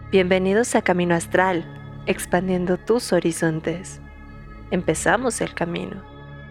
Bienvenidos a Camino Astral, expandiendo tus horizontes. Empezamos el camino.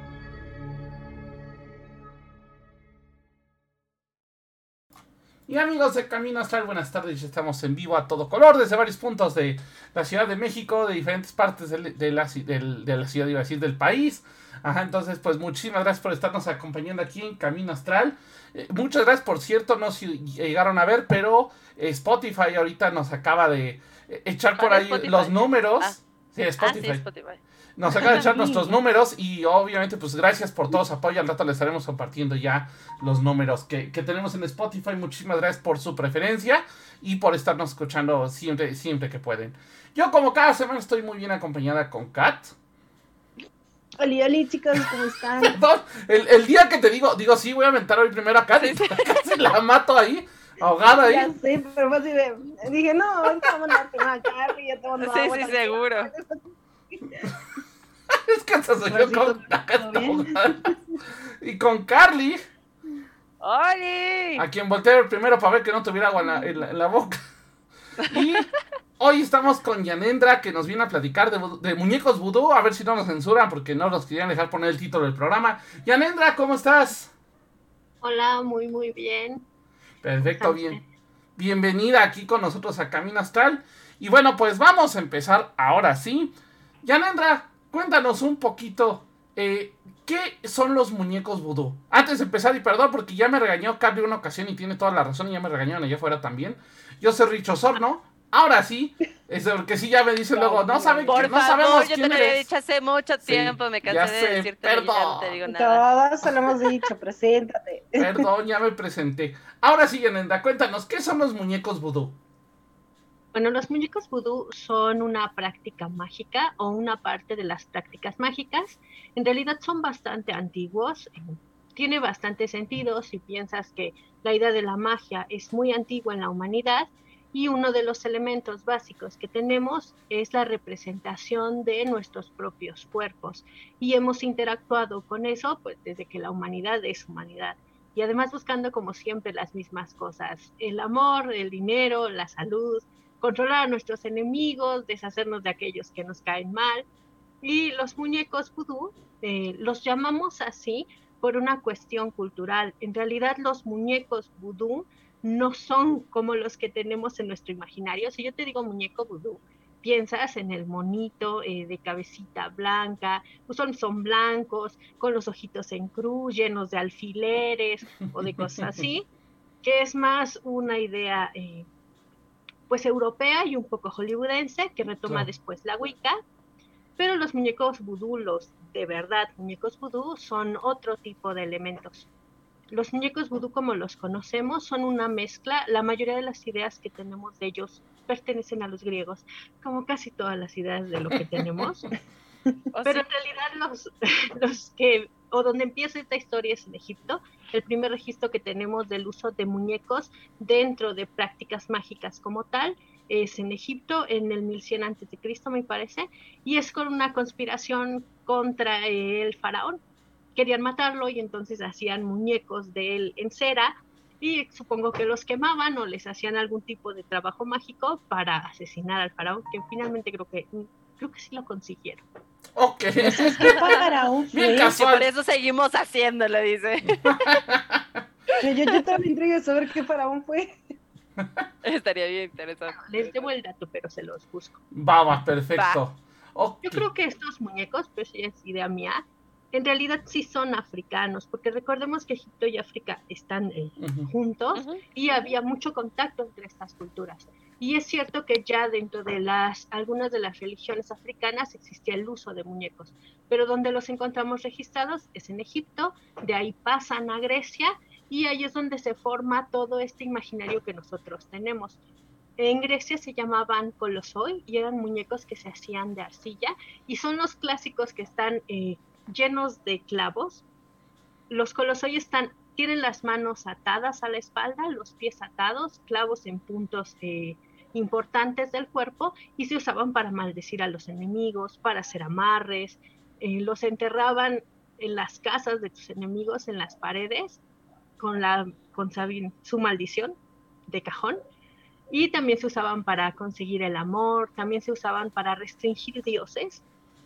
Y amigos de Camino Astral, buenas tardes. Estamos en vivo a todo color desde varios puntos de la Ciudad de México, de diferentes partes de la ciudad, iba a decir, del país. Entonces, pues muchísimas gracias por estarnos acompañando aquí en Camino Astral. Muchas gracias, por cierto, no sé si llegaron a ver, pero Spotify ahorita nos acaba de echar por ahí Spotify. los números. Sí, Spotify. Sí, Spotify. Nos acaba de echar nuestros números y obviamente pues gracias por todo su apoyo. Al rato les estaremos compartiendo ya los números que tenemos en Spotify. Muchísimas gracias por su preferencia y por estarnos escuchando siempre que pueden. Yo como cada semana estoy muy bien acompañada con Kat. Hola chicos, ¿cómo están? Perdón, el día que te digo sí, voy a aventar hoy primero a Kat y casi la mato ahí, ahogada ahí. Ya sé, pero fue así de... Dije, no, ahorita vamos a tomar Carly, ya tomando agua. Sí, seguro. Es que hasta soy yo con ahogada. Y con Carly, ¡Oli! a quien volteé primero para ver que no tuviera agua en la boca. Y hoy estamos con Yanendra, que nos viene a platicar de muñecos vudú. A ver si no nos censuran, porque no nos querían dejar poner el título del programa. Yanendra, ¿cómo estás? Hola, muy bien. Perfecto, bien. Bienvenida aquí con nosotros a Camino Astral. Y bueno, pues vamos a empezar ahora sí. Yanendra, cuéntanos un poquito, ¿qué son los muñecos vudú? Antes de empezar, y perdón porque ya me regañó Carly una ocasión y tiene toda la razón, y ya me regañaron allá afuera también. Yo soy Richosor, ¿no? Ahora sí, porque sí ya me dicen luego, no sabemos quién yo te lo había eres. dicho hace mucho tiempo, me cansé de decirte, perdón. Ya no te digo nada. Todos se lo hemos dicho, preséntate. Perdón, ya me presenté. Ahora sí, Yanendra, cuéntanos, ¿qué son los muñecos vudú? Bueno, los muñecos vudú son una práctica mágica o una parte de las prácticas mágicas. En realidad son bastante antiguos, tiene bastante sentido si piensas que la idea de la magia es muy antigua en la humanidad y uno de los elementos básicos que tenemos es la representación de nuestros propios cuerpos y hemos interactuado con eso pues desde que la humanidad es humanidad. Y además buscando como siempre las mismas cosas, el amor, el dinero, la salud, controlar a nuestros enemigos, deshacernos de aquellos que nos caen mal. Y los muñecos vudú los llamamos así por una cuestión cultural. En realidad los muñecos vudú no son como los que tenemos en nuestro imaginario. Si yo te digo muñeco vudú, piensas en el monito de cabecita blanca, pues son blancos, con los ojitos en cruz, llenos de alfileres o de cosas así, que es más una idea pues europea y un poco hollywoodense, que retoma después la Wicca, pero los muñecos vudú, los de verdad muñecos vudú, son otro tipo de elementos. Los muñecos vudú como los conocemos son una mezcla, la mayoría de las ideas que tenemos de ellos pertenecen a los griegos, como casi todas las ideas de lo que tenemos, pero en realidad los que, o donde empieza esta historia es en Egipto. El primer registro que tenemos del uso de muñecos dentro de prácticas mágicas como tal es en Egipto en el 1100 a.C., me parece, y es con una conspiración contra el faraón. Querían matarlo y entonces hacían muñecos de él en cera y supongo que los quemaban o les hacían algún tipo de trabajo mágico para asesinar al faraón, que finalmente creo que sí lo consiguieron. Ok. Entonces, ¿qué faraón fue? Por eso seguimos haciéndolo, dice. Yo también intriga saber qué faraón fue. Estaría bien interesante. Les debo el dato, pero se los busco. Va, perfecto. Okay. Yo creo que estos muñecos, pues es idea mía, en realidad sí son africanos, porque recordemos que Egipto y África están juntos y había mucho contacto entre estas culturas. Y es cierto que ya dentro de algunas de las religiones africanas existía el uso de muñecos, pero donde los encontramos registrados es en Egipto, de ahí pasan a Grecia y ahí es donde se forma todo este imaginario que nosotros tenemos. En Grecia se llamaban kolosoi y eran muñecos que se hacían de arcilla y son los clásicos que están llenos de clavos. Los kolosoi tienen las manos atadas a la espalda, los pies atados, clavos en puntos importantes del cuerpo y se usaban para maldecir a los enemigos, para hacer amarres, los enterraban en las casas de tus enemigos, en las paredes, con su maldición de cajón. Y también se usaban para conseguir el amor, también se usaban para restringir dioses.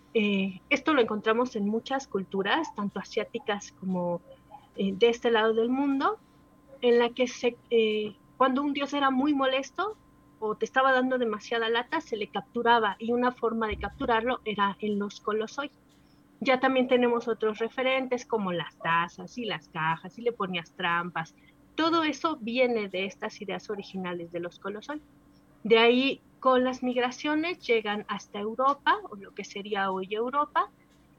Esto lo encontramos en muchas culturas, tanto asiáticas como de este lado del mundo, en la que cuando un dios era muy molesto o te estaba dando demasiada lata, se le capturaba, y una forma de capturarlo era en los colosoi. Ya también tenemos otros referentes como las tazas y las cajas, y le ponías trampas. Todo eso viene de estas ideas originales de los colosoi. De ahí, con las migraciones, llegan hasta Europa, o lo que sería hoy Europa,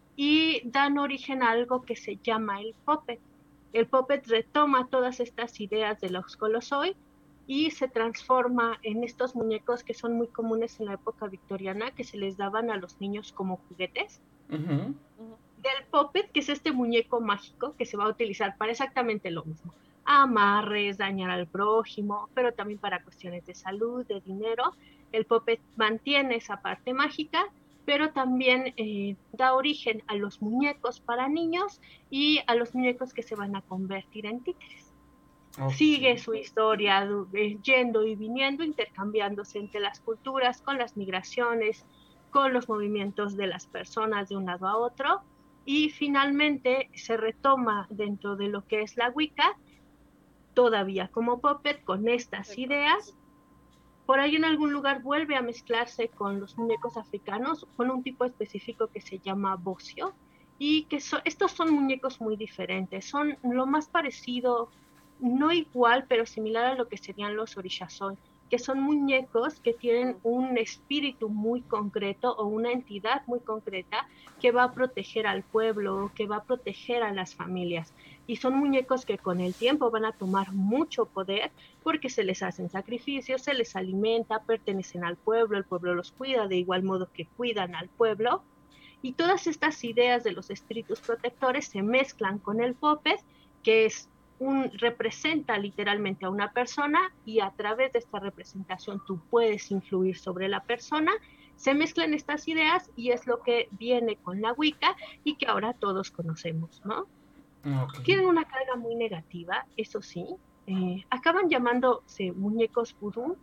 y dan origen a algo que se llama el puppet. El puppet retoma todas estas ideas de los colosoi y se transforma en estos muñecos que son muy comunes en la época victoriana, que se les daban a los niños como juguetes. Uh-huh. Del puppet, que es este muñeco mágico que se va a utilizar para exactamente lo mismo: amarres, dañar al prójimo, pero también para cuestiones de salud, de dinero. El puppet mantiene esa parte mágica, pero también da origen a los muñecos para niños y a los muñecos que se van a convertir en títeres. Okay. Sigue su historia yendo y viniendo, intercambiándose entre las culturas, con las migraciones, con los movimientos de las personas de un lado a otro, y finalmente se retoma dentro de lo que es la Wicca, todavía como puppet, con estas ideas. Por ahí en algún lugar vuelve a mezclarse con los muñecos africanos, con un tipo específico que se llama bocio, y que estos son muñecos muy diferentes, son lo más parecido, no igual, pero similar a lo que serían los orishasoi, que son muñecos que tienen un espíritu muy concreto o una entidad muy concreta que va a proteger al pueblo, que va a proteger a las familias. Y son muñecos que con el tiempo van a tomar mucho poder porque se les hacen sacrificios, se les alimenta, pertenecen al pueblo, el pueblo los cuida de igual modo que cuidan al pueblo. Y todas estas ideas de los espíritus protectores se mezclan con el puppet, que representa literalmente a una persona, y a través de esta representación tú puedes influir sobre la persona. Se mezclan estas ideas y es lo que viene con la Wicca y que ahora todos conocemos, ¿no? Okay. Tienen una carga muy negativa, eso sí. Acaban llamándose muñecos vudú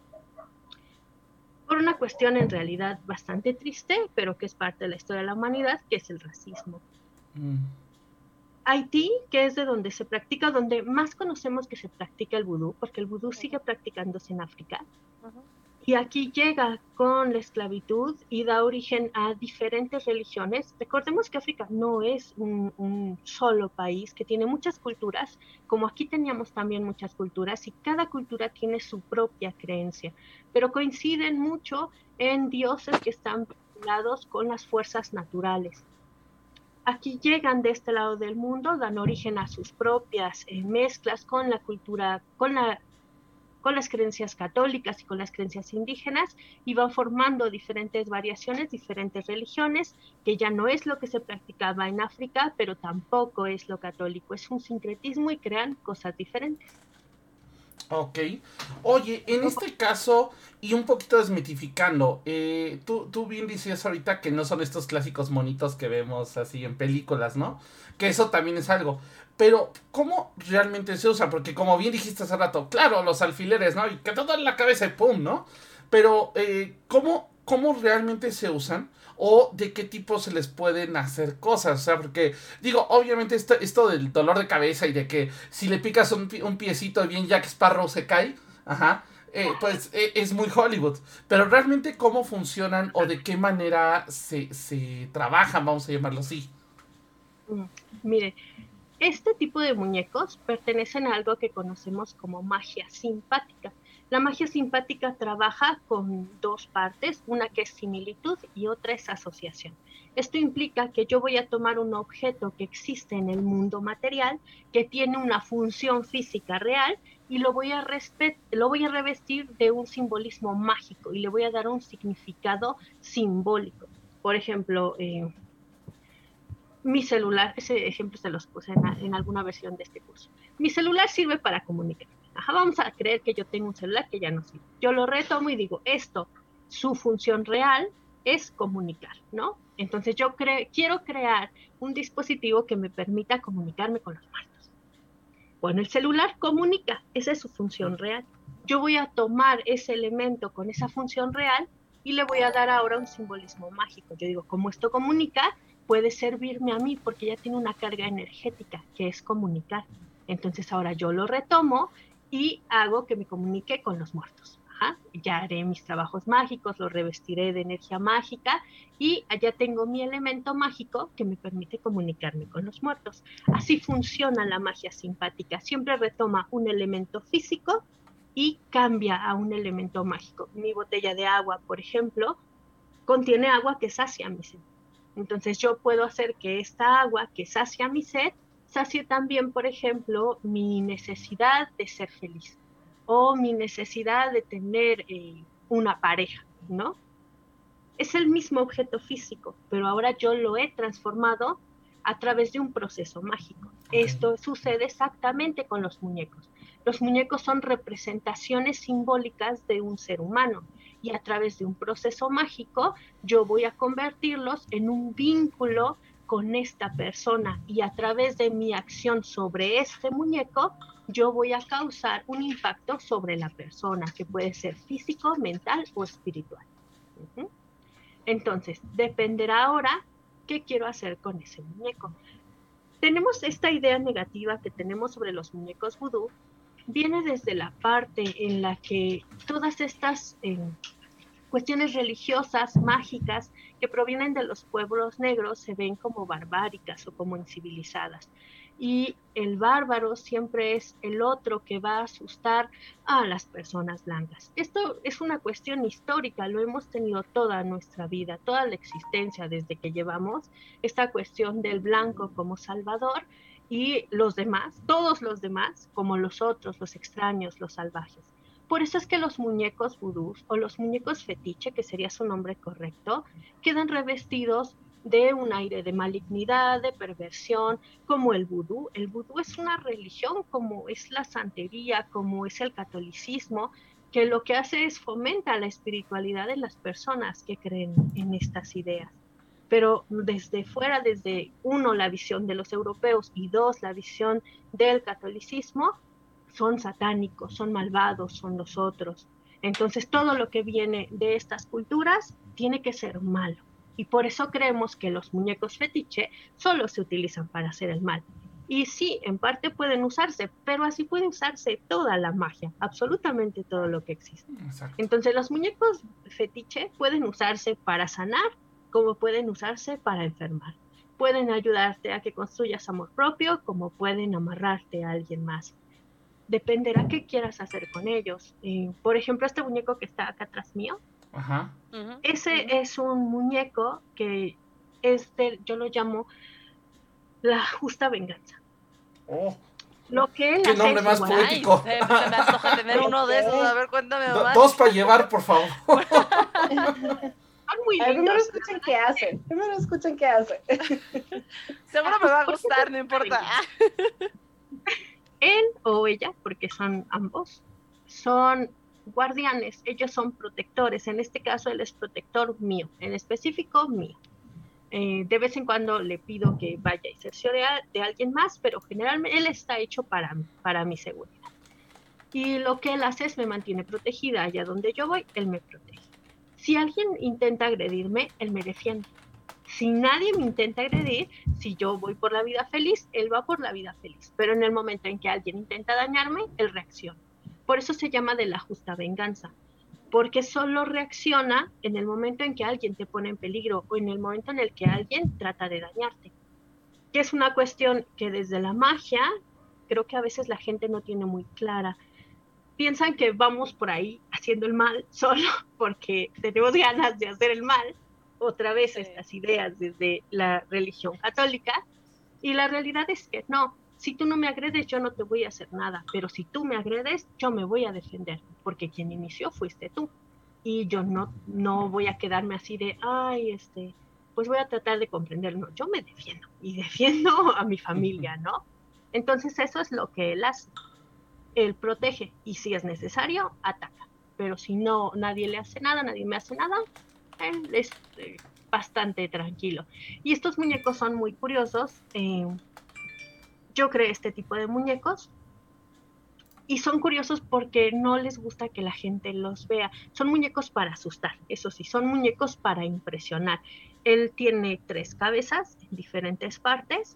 por una cuestión en realidad bastante triste, pero que es parte de la historia de la humanidad, que es el racismo. Haití, que es de donde se practica, donde más conocemos que se practica el vudú, porque el vudú sigue practicándose en África, y aquí llega con la esclavitud y da origen a diferentes religiones. Recordemos que África no es un solo país, que tiene muchas culturas, como aquí teníamos también muchas culturas, y cada cultura tiene su propia creencia, pero coinciden mucho en dioses que están vinculados con las fuerzas naturales. Aquí llegan de este lado del mundo, dan origen a sus propias mezclas con la cultura, con las creencias católicas y con las creencias indígenas, y van formando diferentes variaciones, diferentes religiones, que ya no es lo que se practicaba en África, pero tampoco es lo católico. Es un sincretismo y crean cosas diferentes. Ok. Oye, en este caso, y un poquito desmitificando, tú bien decías ahorita que no son estos clásicos monitos que vemos así en películas, ¿no? Que eso también es algo. Pero, ¿cómo realmente se usa? Porque como bien dijiste hace rato, claro, los alfileres, ¿no? Y que todo en la cabeza y ¡pum!, ¿no? Pero, ¿cómo realmente se usan? ¿O de qué tipo se les pueden hacer cosas? O sea, porque, digo, obviamente esto del dolor de cabeza y de que si le picas un piecito bien Jack Sparrow se cae, pues es muy Hollywood. Pero realmente, ¿cómo funcionan o de qué manera se trabajan, vamos a llamarlo así? Mire, este tipo de muñecos pertenecen a algo que conocemos como magia simpática. La magia simpática trabaja con dos partes, una que es similitud y otra es asociación. Esto implica que yo voy a tomar un objeto que existe en el mundo material, que tiene una función física real, y lo voy a revestir de un simbolismo mágico y le voy a dar un significado simbólico. Por ejemplo, mi celular, ese ejemplo se los puse en alguna versión de este curso. Mi celular sirve para comunicarme. Vamos a creer que yo tengo un celular que ya no sirve. Yo lo retomo y digo, su función real es comunicar, ¿no? Entonces yo quiero crear un dispositivo que me permita comunicarme con los muertos. Bueno, el celular comunica, esa es su función real. yo voy a tomar ese elemento con esa función real y le voy a dar ahora un simbolismo mágico. Yo digo, como esto comunica, puede servirme a mí porque ya tiene una carga energética, que es comunicar. Entonces ahora yo lo retomo y hago que me comunique con los muertos. Ya haré mis trabajos mágicos, lo revestiré de energía mágica y allá tengo mi elemento mágico que me permite comunicarme con los muertos. Así funciona la magia simpática. Siempre retoma un elemento físico y cambia a un elemento mágico. Mi botella de agua, por ejemplo, contiene agua que sacia mi sed. Entonces yo puedo hacer que esta agua que sacia mi sed, sacie también, por ejemplo, mi necesidad de ser feliz o mi necesidad de tener una pareja, ¿no? Es el mismo objeto físico, pero ahora yo lo he transformado a través de un proceso mágico. Esto sucede exactamente con los muñecos. Los muñecos son representaciones simbólicas de un ser humano y a través de un proceso mágico yo voy a convertirlos en un vínculo con esta persona y a través de mi acción sobre este muñeco yo voy a causar un impacto sobre la persona que puede ser físico, mental o espiritual. Entonces, dependerá ahora qué quiero hacer con ese muñeco. Tenemos esta idea negativa que tenemos sobre los muñecos vudú, viene desde la parte en la que todas estas cuestiones religiosas, mágicas, que provienen de los pueblos negros se ven como barbáricas o como incivilizadas. Y el bárbaro siempre es el otro que va a asustar a las personas blancas. Esto es una cuestión histórica, lo hemos tenido toda nuestra vida, toda la existencia desde que llevamos esta cuestión del blanco como salvador y los demás, todos los demás, como los otros, los extraños, los salvajes. Por eso es que los muñecos vudús o los muñecos fetiche, que sería su nombre correcto, quedan revestidos de un aire de malignidad, de perversión, como el vudú. El vudú es una religión como es la santería, como es el catolicismo, que lo que hace es fomenta la espiritualidad de las personas que creen en estas ideas. Pero desde fuera, desde uno, la visión de los europeos y dos, la visión del catolicismo, son satánicos, son malvados, son los otros. Entonces todo lo que viene de estas culturas tiene que ser malo. Y por eso creemos que los muñecos fetiche solo se utilizan para hacer el mal. Y sí, en parte pueden usarse, pero así puede usarse toda la magia, absolutamente todo lo que existe. Exacto. Entonces los muñecos fetiche pueden usarse para sanar, como pueden usarse para enfermar. Pueden ayudarte a que construyas amor propio, como pueden amarrarte a alguien más. Dependerá qué quieras hacer con ellos. Por ejemplo, este muñeco que está acá atrás mío, ese es un muñeco que yo lo llamo la justa venganza. Lo que él qué nombre más poético. Se me antoja tener uno de esos. A ver, cuéntame más. Dos para llevar, por favor. Son muy lindos. Primero escuchen qué hace. Seguro me va a gustar, no importa. Él o ella, porque son ambos, son guardianes, ellos son protectores. En este caso él es protector mío, en específico mío. De vez en cuando le pido que vaya y cerciore de alguien más, pero generalmente él está hecho para mi seguridad. Y lo que él hace es me mantiene protegida. Allá donde yo voy, él me protege. Si alguien intenta agredirme, él me defiende. Si nadie me intenta agredir, si yo voy por la vida feliz, él va por la vida feliz. Pero en el momento en que alguien intenta dañarme, él reacciona. Por eso se llama de la justa venganza. Porque solo reacciona en el momento en que alguien te pone en peligro o en el momento en el que alguien trata de dañarte. Que es una cuestión que desde la magia, creo que a veces la gente no tiene muy clara. Piensan que vamos por ahí haciendo el mal solo porque tenemos ganas de hacer el mal. Otra vez estas ideas desde la religión católica, y la realidad es que no, si tú no me agredes yo no te voy a hacer nada, pero si tú me agredes yo me voy a defender, porque quien inició fuiste tú, y yo no voy a quedarme así de, pues voy a tratar de comprender, no, yo me defiendo, y defiendo a mi familia, ¿no? Entonces eso es lo que él hace, él protege, y si es necesario, ataca, pero si no, nadie le hace nada, nadie me hace nada, él es bastante tranquilo. Y estos muñecos son muy curiosos. Yo creé este tipo de muñecos Y son curiosos porque no les gusta que la gente los vea. Son muñecos para asustar, eso sí, son muñecos para impresionar. Él tiene 3 cabezas en diferentes partes.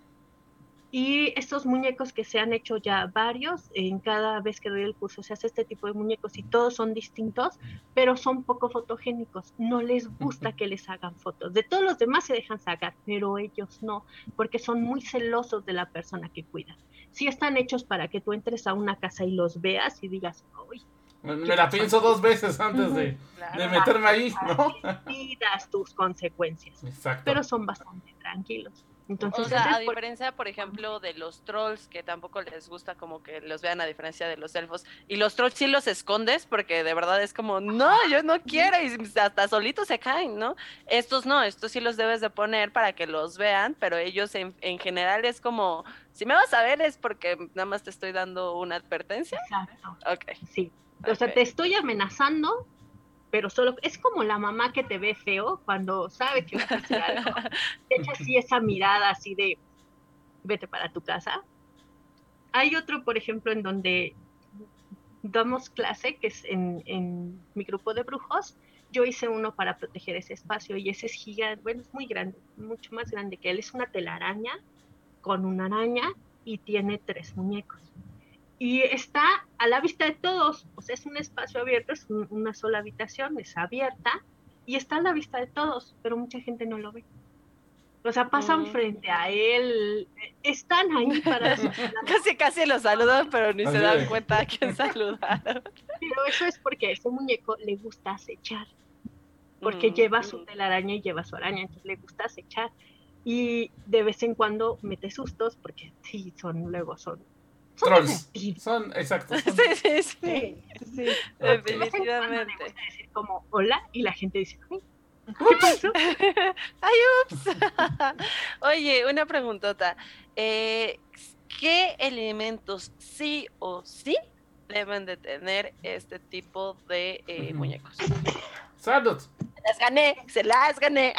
Y estos muñecos que se han hecho ya varios, en cada vez que doy el curso se hace este tipo de muñecos y todos son distintos, pero son poco fotogénicos. No les gusta que les hagan fotos. De todos los demás se dejan sacar, pero ellos no, porque son muy celosos de la persona que cuidan. Sí están hechos para que tú entres a una casa y los veas y digas, uy, me la pienso 2 veces antes de meterme ahí, ¿no? Y das tus consecuencias. Exacto. Pero son bastante tranquilos. Entonces, o sea, a diferencia, por ejemplo, de los trolls, que tampoco les gusta como que los vean a diferencia de los elfos, y los trolls sí los escondes porque de verdad es como, no, yo no quiero, y hasta solitos se caen, ¿no? Estos no, estos sí los debes de poner para que los vean, pero ellos en general es como, si me vas a ver es porque nada más te estoy dando una advertencia. Exacto. Ok. Sí, o sea, te estoy amenazando, pero solo es como la mamá que te ve feo cuando sabe que vas a hacer algo, te echa así esa mirada así de vete para tu casa. Hay otro, por ejemplo, en donde damos clase, que es en mi grupo de brujos. Yo hice uno para proteger ese espacio y ese es gigante, bueno, es muy grande, mucho más grande que él. Es una telaraña con una araña y tiene 3 muñecos. Y está a la vista de todos, o sea, es un espacio abierto, es una sola habitación, es abierta, y está a la vista de todos, pero mucha gente no lo ve. O sea, pasan frente a él, están ahí para... Casi lo saludan, pero ni se dan cuenta a quién saludaron. Pero eso es porque a ese muñeco le gusta acechar, porque lleva su telaraña y lleva su araña, entonces le gusta acechar. Y de vez en cuando mete sustos, porque sí, son trolls. Son, exacto. Sí. Definitivamente. Me gusta decir como hola y la gente dice, ¿qué pasó? ¡Ay, ups! Oye, una preguntota. ¿Qué elementos sí o sí deben de tener este tipo de muñecos? ¡Salud! Se las gané.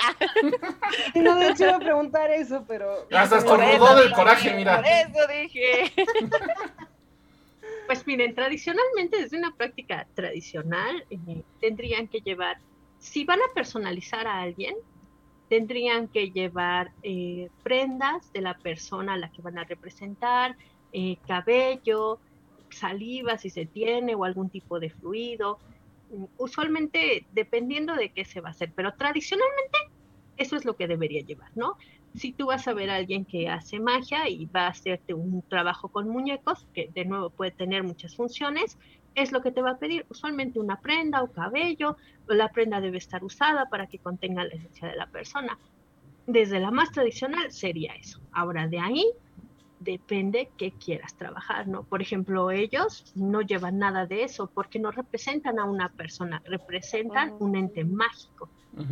No, de hecho iba a preguntar eso, pero... Hasta estornudó del coraje, mira. Por eso dije. Pues miren, tradicionalmente, desde una práctica tradicional, tendrían que llevar, si van a personalizar a alguien, tendrían que llevar prendas de la persona a la que van a representar, cabello, saliva si se tiene o algún tipo de fluido. Usualmente dependiendo de qué se va a hacer, pero tradicionalmente eso es lo que debería llevar, ¿no? Si tú vas a ver a alguien que hace magia y va a hacerte un trabajo con muñecos, que de nuevo puede tener muchas funciones, es lo que te va a pedir, usualmente una prenda o cabello, o la prenda debe estar usada para que contenga la esencia de la persona. Desde la más tradicional sería eso. Ahora de ahí depende qué quieras trabajar, ¿no? Por ejemplo, ellos no llevan nada de eso porque no representan a una persona, representan un ente mágico.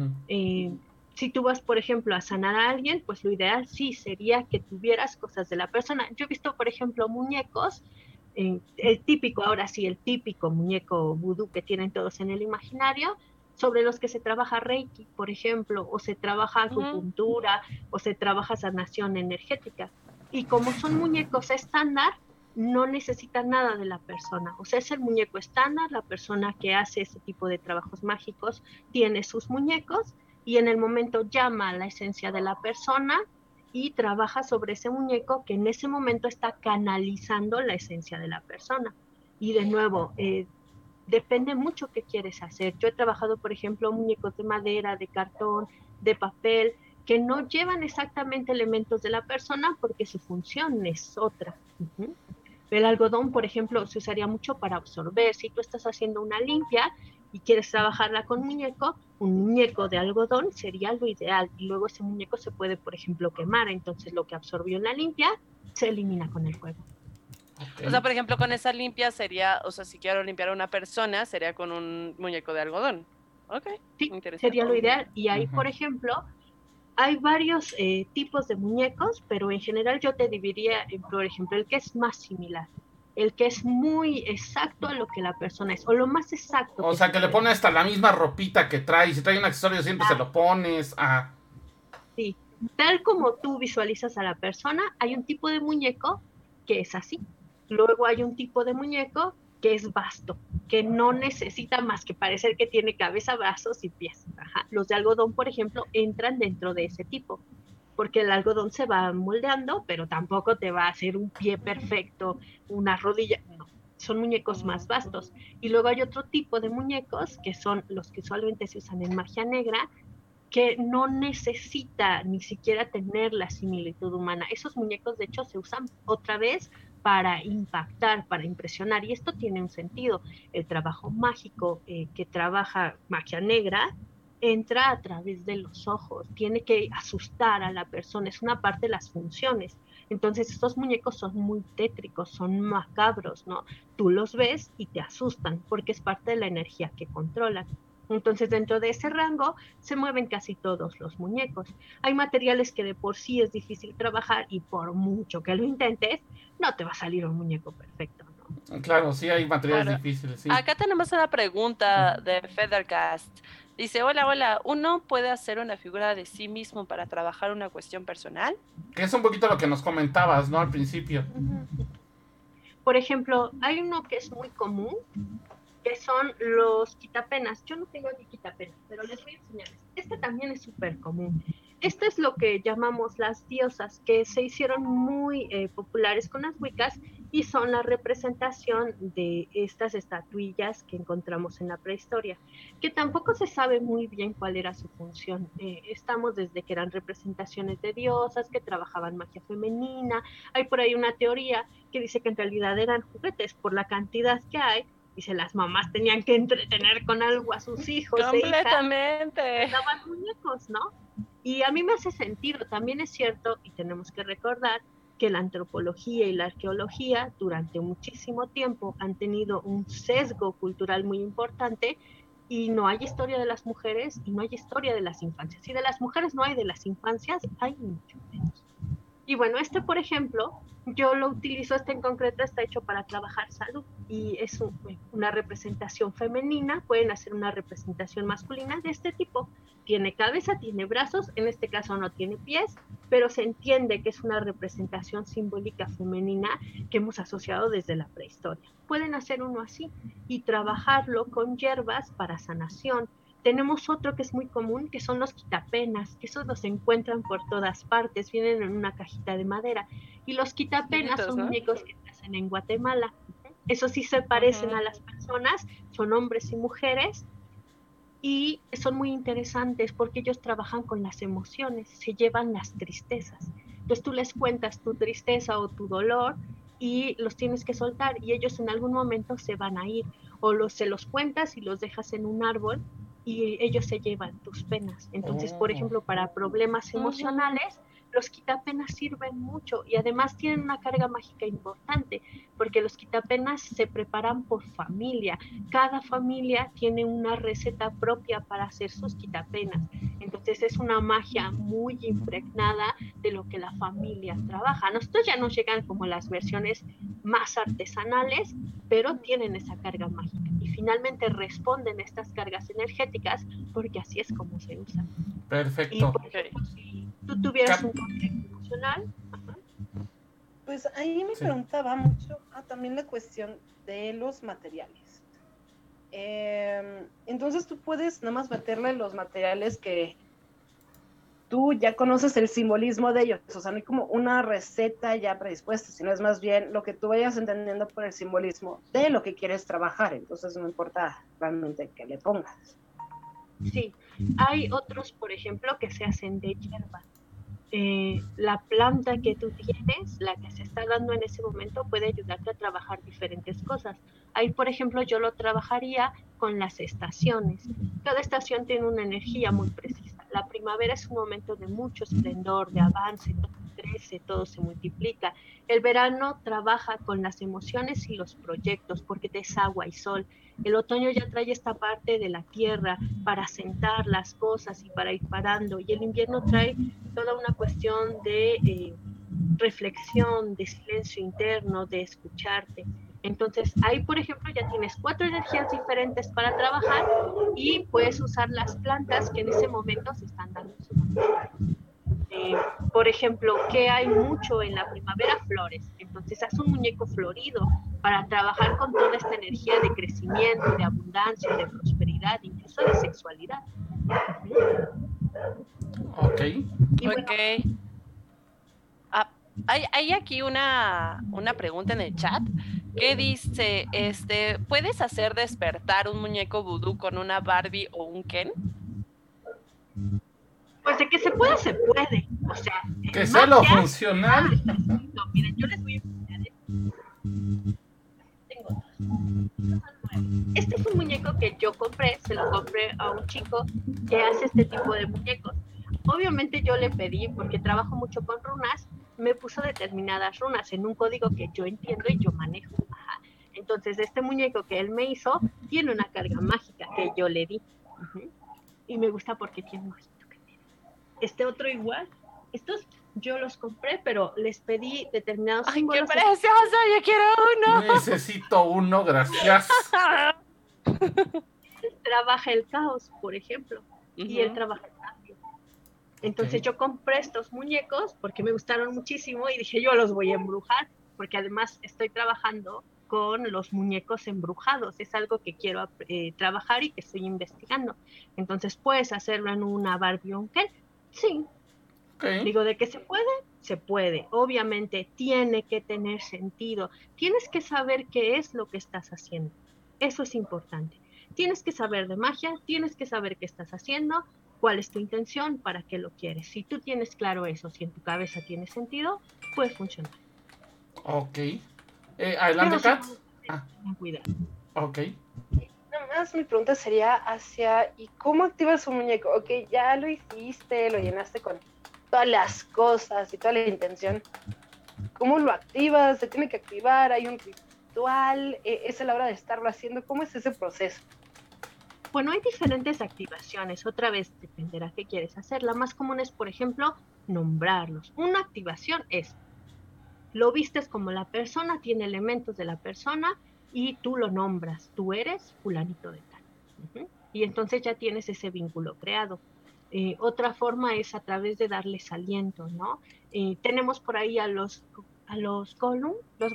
Si tú vas, por ejemplo, a sanar a alguien, pues lo ideal sí sería que tuvieras cosas de la persona. Yo he visto, por ejemplo, muñecos, el típico muñeco vudú que tienen todos en el imaginario, sobre los que se trabaja Reiki, por ejemplo, o se trabaja acupuntura, o se trabaja sanación energética. Y como son muñecos estándar, no necesitan nada de la persona. O sea, es el muñeco estándar, la persona que hace ese tipo de trabajos mágicos tiene sus muñecos y en el momento llama a la esencia de la persona y trabaja sobre ese muñeco que en ese momento está canalizando la esencia de la persona. Y de nuevo, depende mucho qué quieres hacer. Yo he trabajado, por ejemplo, muñecos de madera, de cartón, de papel, que no llevan exactamente elementos de la persona porque su función es otra. El algodón, por ejemplo, se usaría mucho para absorber. Si tú estás haciendo una limpia y quieres trabajarla con un muñeco de algodón sería lo ideal. Y luego ese muñeco se puede, por ejemplo, quemar. Entonces lo que absorbió en la limpia se elimina con el fuego. O sea, por ejemplo, con esa limpia sería, o sea, si quiero limpiar a una persona, sería con un muñeco de algodón. Ok, sí, interesante. Sería lo ideal. Y ahí, por ejemplo, hay varios tipos de muñecos, pero en general yo te dividiría, por ejemplo, el que es más similar, el que es muy exacto a lo que la persona es, o lo más exacto. O sea, que le pone hasta la misma ropita que trae, si trae un accesorio siempre se lo pones. Sí, tal como tú visualizas a la persona, hay un tipo de muñeco que es así. Luego hay un tipo de muñeco que es vasto, que no necesita más que parecer que tiene cabeza, brazos y pies. Ajá. Los de algodón, por ejemplo, entran dentro de ese tipo, porque el algodón se va moldeando, pero tampoco te va a hacer un pie perfecto, una rodilla, no. Son muñecos más vastos. Y luego hay otro tipo de muñecos, que son los que usualmente se usan en magia negra, que no necesita ni siquiera tener la similitud humana. Esos muñecos, de hecho, se usan otra vez para impactar, para impresionar, y esto tiene un sentido. El trabajo mágico que trabaja magia negra entra a través de los ojos, tiene que asustar a la persona, es una parte de las funciones. Entonces estos muñecos son muy tétricos, son macabros, ¿no? Tú los ves y te asustan porque es parte de la energía que controlan. Entonces, dentro de ese rango se mueven casi todos los muñecos. Hay materiales que de por sí es difícil trabajar y por mucho que lo intentes, no te va a salir un muñeco perfecto, ¿no? Claro, sí hay materiales difíciles, sí. Acá tenemos una pregunta de Feathercast. Dice, hola, ¿uno puede hacer una figura de sí mismo para trabajar una cuestión personal? Que es un poquito lo que nos comentabas, ¿no? Al principio. Por ejemplo, hay uno que es muy común, que son los quitapenas. Yo no tengo ni quitapenas, pero les voy a enseñarles. Este también es súper común. Este es lo que llamamos las diosas, que se hicieron muy populares con las Wiccas y son la representación de estas estatuillas que encontramos en la prehistoria, que tampoco se sabe muy bien cuál era su función. Estamos desde que eran representaciones de diosas, que trabajaban magia femenina. Hay por ahí una teoría que dice que en realidad eran juguetes por la cantidad que hay. Dice, las mamás tenían que entretener con algo a sus hijos. Completamente. Daban muñecos, ¿no? Y a mí me hace sentido, también es cierto, y tenemos que recordar que la antropología y la arqueología durante muchísimo tiempo han tenido un sesgo cultural muy importante y no hay historia de las mujeres y no hay historia de las infancias. Y de las mujeres no hay, de las infancias hay mucho menos. Y bueno, este, por ejemplo, yo lo utilizo, este en concreto está hecho para trabajar salud y es una representación femenina, pueden hacer una representación masculina de este tipo. Tiene cabeza, tiene brazos, en este caso no tiene pies, pero se entiende que es una representación simbólica femenina que hemos asociado desde la prehistoria. Pueden hacer uno así y trabajarlo con hierbas para sanación. Tenemos otro que es muy común, que son los quitapenas, que esos los encuentran por todas partes, vienen en una cajita de madera. Y los quitapenas son muñecos que se hacen en Guatemala. Esos sí se parecen a las personas, son hombres y mujeres, y son muy interesantes porque ellos trabajan con las emociones, se llevan las tristezas. Entonces tú les cuentas tu tristeza o tu dolor y los tienes que soltar y ellos en algún momento se van a ir. O se los cuentas y los dejas en un árbol y ellos se llevan tus penas. Entonces, por ejemplo, para problemas emocionales, los quitapenas sirven mucho y además tienen una carga mágica importante, porque los quitapenas se preparan por familia. Cada familia tiene una receta propia para hacer sus quitapenas. Entonces es una magia muy impregnada de lo que la familia trabaja. A nosotros ya nos llegan como las versiones más artesanales, pero tienen esa carga mágica y finalmente responden a estas cargas energéticas porque así es como se usan. Perfecto. Y por ejemplo, si tú tuvieras un conflicto emocional, pues ahí me preguntaba mucho también la cuestión de los materiales. Entonces tú puedes nada más meterle los materiales que tú ya conoces el simbolismo de ellos, o sea, no hay como una receta ya predispuesta, sino es más bien lo que tú vayas entendiendo por el simbolismo de lo que quieres trabajar, entonces no importa realmente que le pongas. Sí, hay otros, por ejemplo, que se hacen de hierba. La planta que tú tienes, la que se está dando en ese momento, puede ayudarte a trabajar diferentes cosas. Ahí, por ejemplo, yo lo trabajaría con las estaciones. Cada estación tiene una energía muy precisa. La primavera es un momento de mucho esplendor, de avance, todo crece, todo se multiplica. El verano trabaja con las emociones y los proyectos, porque es agua y sol. El otoño ya trae esta parte de la tierra para sentar las cosas y para ir parando. Y el invierno trae toda una cuestión de reflexión, de silencio interno, de escucharte. Entonces, ahí, por ejemplo, ya tienes 4 energías diferentes para trabajar y puedes usar las plantas que en ese momento se están dando en su por ejemplo, que hay mucho en la primavera, flores. En Entonces haz un muñeco florido para trabajar con toda esta energía de crecimiento, de abundancia, de prosperidad, incluso de sexualidad. Ok. Y bueno, Ok. Hay aquí una pregunta en el chat que dice, ¿puedes hacer despertar un muñeco vudú con una Barbie o un Ken? pues de que se puede, se puede. O sea, Que en sea lo magia, funcional. está escrito. Miren, yo les voy a enseñar. Tengo dos. Son nuevos. Este es un muñeco que yo compré, se lo compré a un chico que hace este tipo de muñecos. Obviamente yo le pedí, porque trabajo mucho con runas, me puso determinadas runas en un código que yo entiendo y yo manejo. Ajá. Entonces este muñeco que él me hizo tiene una carga mágica que yo le di. Uh-huh. Y me gusta porque tiene un ojito que tiene. Este otro igual. Estos yo los compré, pero les pedí determinados ¡Ay, qué símbolos. precioso! ¡Yo quiero uno! Necesito uno, gracias. Él trabaja el caos, por ejemplo, y él Ujú. trabaja el cambio. Entonces Ok. yo compré estos muñecos porque me gustaron muchísimo y dije, yo los voy a embrujar, porque además estoy trabajando con los muñecos embrujados. Es algo que quiero trabajar y que estoy investigando. Entonces, ¿puedes hacerlo en una Barbie o un Ken? Sí. Ok. Digo, ¿de que se puede? Se puede. Obviamente tiene que tener sentido. Tienes que saber qué es lo que estás haciendo. Eso es importante. Tienes que saber de magia, tienes que saber qué estás haciendo, cuál es tu intención, para qué lo quieres. Si tú tienes claro eso, si en tu cabeza tiene sentido, puede funcionar. Ok. Adelante, Pero Kat. sí, Ah, ten cuidado. ok. Nada más mi pregunta sería hacia, ¿y cómo activas un muñeco? Ok, ya lo hiciste, lo llenaste con todas las cosas y toda la intención. ¿Cómo lo activas? ¿Se tiene que activar? ¿Hay un ritual? ¿Es a la hora de estarlo haciendo? ¿Cómo es ese proceso? Bueno, hay diferentes activaciones. Otra vez dependerá qué quieres hacer. La más común es, por ejemplo, nombrarlos. Una activación es, lo vistes como la persona, tiene elementos de la persona y tú lo nombras. Tú eres fulanito de tal. Uh-huh. Y entonces ya tienes ese vínculo creado. Otra forma es a través de darles aliento, ¿no? Tenemos por ahí a los golem,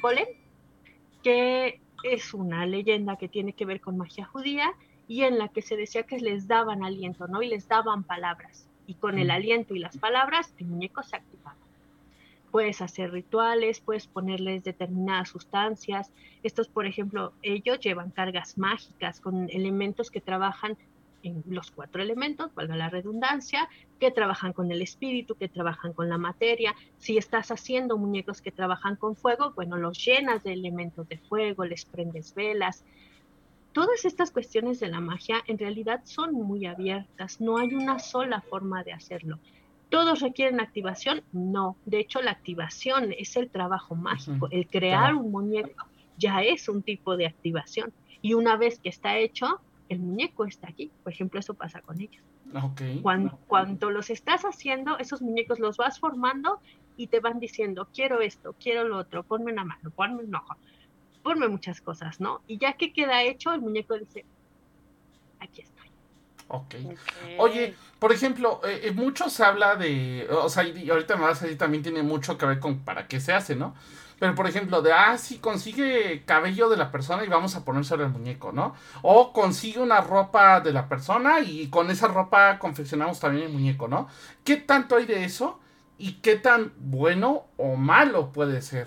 que es una leyenda que tiene que ver con magia judía y en la que se decía que les daban aliento, ¿no? Y les daban palabras. Y con el aliento y las palabras, el muñeco se activaba. Puedes hacer rituales, puedes ponerles determinadas sustancias. Estos, por ejemplo, ellos llevan cargas mágicas con elementos que trabajan en los 4 elementos, valga la redundancia, que trabajan con el espíritu, que trabajan con la materia. Si estás haciendo muñecos que trabajan con fuego, bueno, los llenas de elementos de fuego, les prendes velas. Todas estas cuestiones de la magia en realidad son muy abiertas, no hay una sola forma de hacerlo. ¿Todos requieren activación? No, de hecho la activación es el trabajo mágico, el crear un muñeco ya es un tipo de activación y una vez que está hecho, el muñeco está aquí, por ejemplo, eso pasa con ellos. Ok. Cuando los estás haciendo, esos muñecos los vas formando y te van diciendo, quiero esto, quiero lo otro, ponme una mano, ponme un ojo, ponme muchas cosas, ¿no? Y ya que queda hecho, el muñeco dice, aquí estoy. Ok. Okay. Oye, por ejemplo, mucho se habla de, o sea, y ahorita me vas a decir, también tiene mucho que ver con para qué se hace, ¿no? Pero, por ejemplo, de, sí, consigue cabello de la persona y vamos a ponérselo al muñeco, ¿no? O consigue una ropa de la persona y con esa ropa confeccionamos también el muñeco, ¿no? ¿Qué tanto hay de eso? ¿Y qué tan bueno o malo puede ser?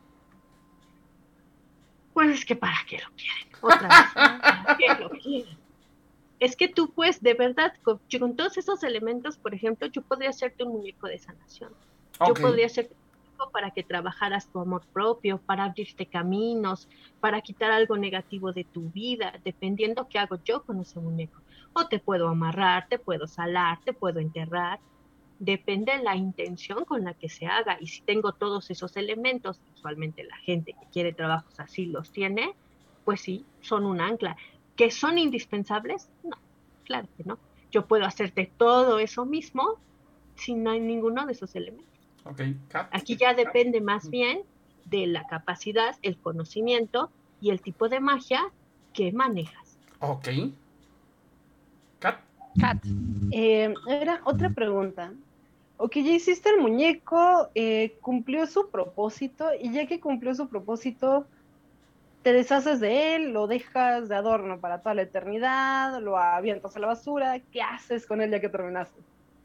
Pues es que para qué lo quieren, otra vez, ¿para qué lo quieren? Es que tú pues, de verdad, con todos esos elementos, por ejemplo, yo podría hacerte un muñeco de sanación. Yo Ok. podría hacerte un muñeco para que trabajaras tu amor propio, para abrirte caminos, para quitar algo negativo de tu vida, dependiendo qué hago yo con ese muñeco. O te puedo amarrar, te puedo salar, te puedo enterrar. Depende de la intención con la que se haga. Y si tengo todos esos elementos, usualmente la gente que quiere trabajos así los tiene, pues sí, son un ancla. ¿Que son indispensables? No, claro que no. Yo puedo hacerte todo eso mismo si no hay ninguno de esos elementos. Ok, Kat. Aquí ya depende más bien de la capacidad, el conocimiento y el tipo de magia que manejas. Ok. Kat. Kat. Era otra pregunta. ok, ya hiciste el muñeco, cumplió su propósito, y ya que cumplió su propósito, te deshaces de él, lo dejas de adorno para toda la eternidad, lo avientas a la basura, ¿qué haces con él ya que terminaste?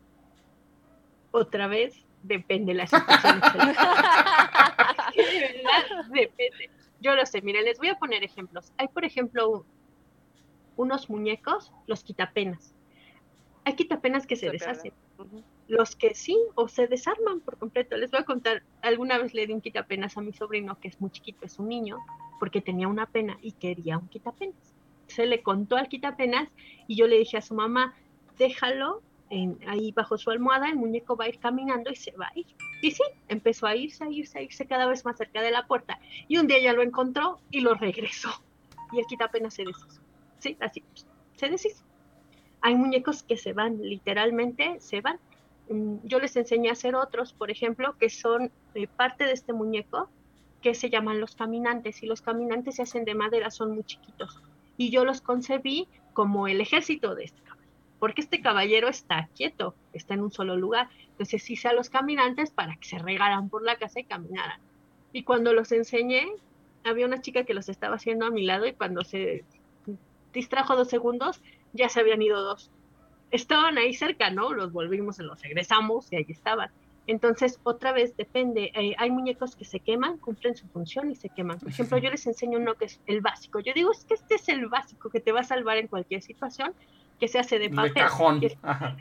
Otra vez, depende de la situación. De verdad, depende. Yo lo sé, miren, les voy a poner ejemplos. Hay, por ejemplo, unos muñecos, los quitapenas. Hay quitapenas que se deshacen. Los que sí, o se desarman por completo. Les voy a contar, alguna vez le di un quitapenas a mi sobrino, que es muy chiquito, es un niño, porque tenía una pena y quería un quitapenas. Se le contó al quitapenas y yo le dije a su mamá, déjalo ahí bajo su almohada, el muñeco va a ir caminando y se va a ir. Y sí, empezó a irse cada vez más cerca de la puerta. Y un día ya lo encontró y lo regresó. Y el quitapenas se deshizo. Sí, así, se deshizo. Hay muñecos que se van, literalmente se van. Yo les enseñé a hacer otros, por ejemplo, que son parte de este muñeco, que se llaman los caminantes, y los caminantes se hacen de madera, son muy chiquitos. Y yo los concebí como el ejército de este caballero, porque este caballero está quieto, está en un solo lugar. Entonces hice a los caminantes para que se regaran por la casa y caminaran. Y cuando los enseñé, había una chica que los estaba haciendo a mi lado, y cuando se distrajo 2 segundos, ya se habían ido 2. Estaban ahí cerca, ¿no? Los volvimos, los regresamos y ahí estaban. Entonces, otra vez depende. Hay muñecos que se queman, cumplen su función y se queman. Por ejemplo, yo les enseño uno que es el básico. Yo digo, es que este es el básico que te va a salvar en cualquier situación, que se hace de papel. De cajón. Que es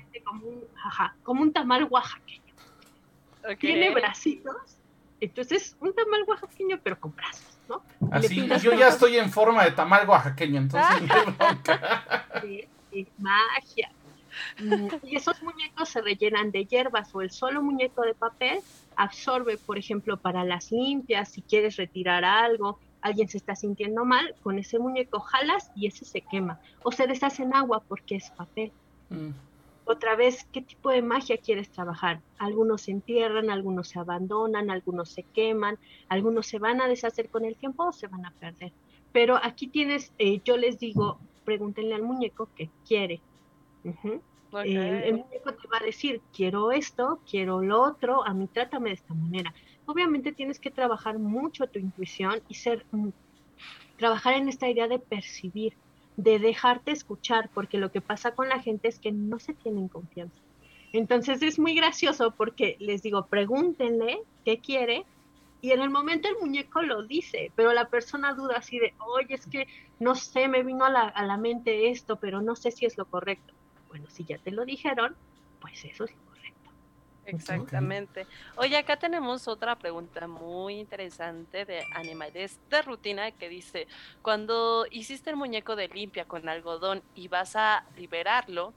como un tamal oaxaqueño. Okay. Tiene bracitos, entonces un tamal oaxaqueño, pero con brazos, ¿no? Así, yo ya estoy en forma de tamal oaxaqueño, entonces no hay bronca. Sí, es magia. Y esos muñecos se rellenan de hierbas, o el solo muñeco de papel absorbe, por ejemplo, para las limpias, si quieres retirar algo, alguien se está sintiendo mal, con ese muñeco jalas y ese se quema, o se deshace en agua porque es papel. Otra vez, ¿qué tipo de magia quieres trabajar? Algunos se entierran, algunos se abandonan, algunos se queman, algunos se van a deshacer con el tiempo o se van a perder. Pero aquí tienes, yo les digo, pregúntenle al muñeco qué quiere. Okay. El muñeco te va a decir, quiero esto, quiero lo otro, a mí trátame de esta manera. Obviamente tienes que trabajar mucho tu intuición y trabajar en esta idea de percibir, de dejarte escuchar, porque lo que pasa con la gente es que no se tienen confianza. Entonces es muy gracioso porque les digo, pregúntenle qué quiere, y en el momento el muñeco lo dice, pero la persona duda así de, oye, es que no sé, me vino a la mente esto, pero no sé si es lo correcto. Bueno, si ya te lo dijeron, pues eso es lo correcto. Exactamente. Oye, acá tenemos otra pregunta muy interesante de Animales de Rutina que dice, cuando hiciste el muñeco de limpia con algodón y vas a liberarlo,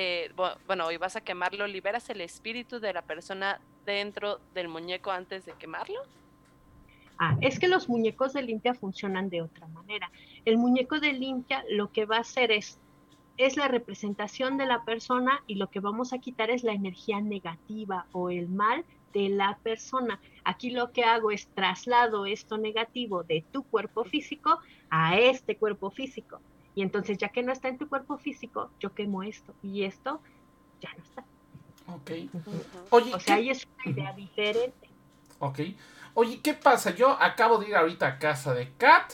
y vas a quemarlo, ¿liberas el espíritu de la persona dentro del muñeco antes de quemarlo? Es que los muñecos de limpia funcionan de otra manera. El muñeco de limpia lo que va a hacer es la representación de la persona, y lo que vamos a quitar es la energía negativa o el mal de la persona. Aquí lo que hago es traslado esto negativo de tu cuerpo físico a este cuerpo físico. Y entonces, ya que no está en tu cuerpo físico, yo quemo esto, y esto ya no está. Ok. Oye, o sea, ahí es una idea diferente. Ok. Oye, ¿qué pasa? Yo acabo de ir ahorita a casa de Kat.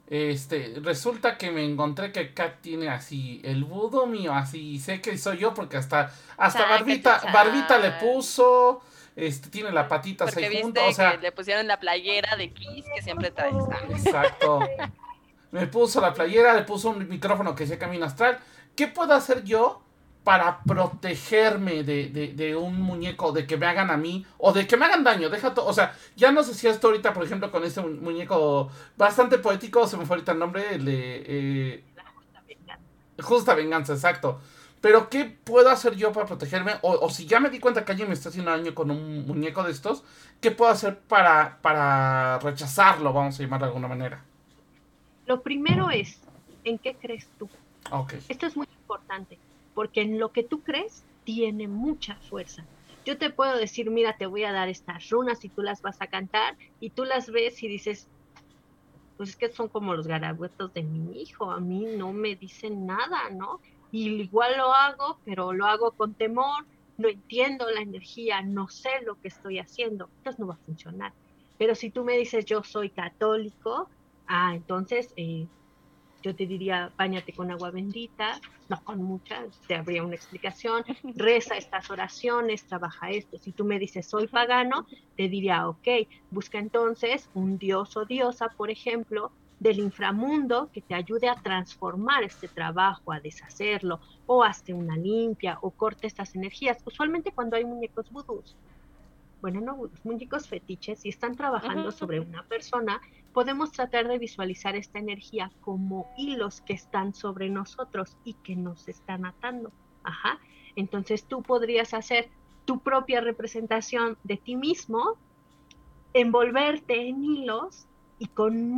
Resulta que me encontré que Kat tiene así el vudú mío, así sé que soy yo porque hasta barbita le puso, tiene la patita así junto, o sea, que le pusieron la playera de Kiss que siempre traes. Exacto. Me puso la playera, le puso un micrófono que decía Camino Astral. ¿Qué puedo hacer yo para protegerme de un muñeco, de que me hagan a mí, o de que me hagan daño? O sea, ya no sé si esto ahorita, por ejemplo, con este muñeco bastante poético, se me fue ahorita el nombre, La justa venganza. Justa venganza, exacto. Pero, ¿qué puedo hacer yo para protegerme? O si ya me di cuenta que alguien me está haciendo daño con un muñeco de estos, ¿qué puedo hacer para rechazarlo, vamos a llamarlo de alguna manera? Lo primero es, ¿en qué crees tú? Okay. Esto es muy importante, porque en lo que tú crees tiene mucha fuerza. Yo te puedo decir, mira, te voy a dar estas runas y tú las vas a cantar, y tú las ves y dices, pues es que son como los garabuetos de mi hijo, a mí no me dicen nada, ¿no? Y igual lo hago, pero lo hago con temor, no entiendo la energía, no sé lo que estoy haciendo, entonces no va a funcionar. Pero si tú me dices yo soy católico, entonces yo te diría, báñate con agua bendita, no con mucha, te habría una explicación, reza estas oraciones, trabaja esto. Si tú me dices, soy pagano, te diría, ok, busca entonces un dios o diosa, por ejemplo, del inframundo que te ayude a transformar este trabajo, a deshacerlo, o hazte una limpia, o corte estas energías. Usualmente cuando hay muñecos vudús, bueno, no, los muñecos fetiches, si están trabajando sobre una persona, podemos tratar de visualizar esta energía como hilos que están sobre nosotros y que nos están atando. Ajá. Entonces tú podrías hacer tu propia representación de ti mismo, envolverte en hilos y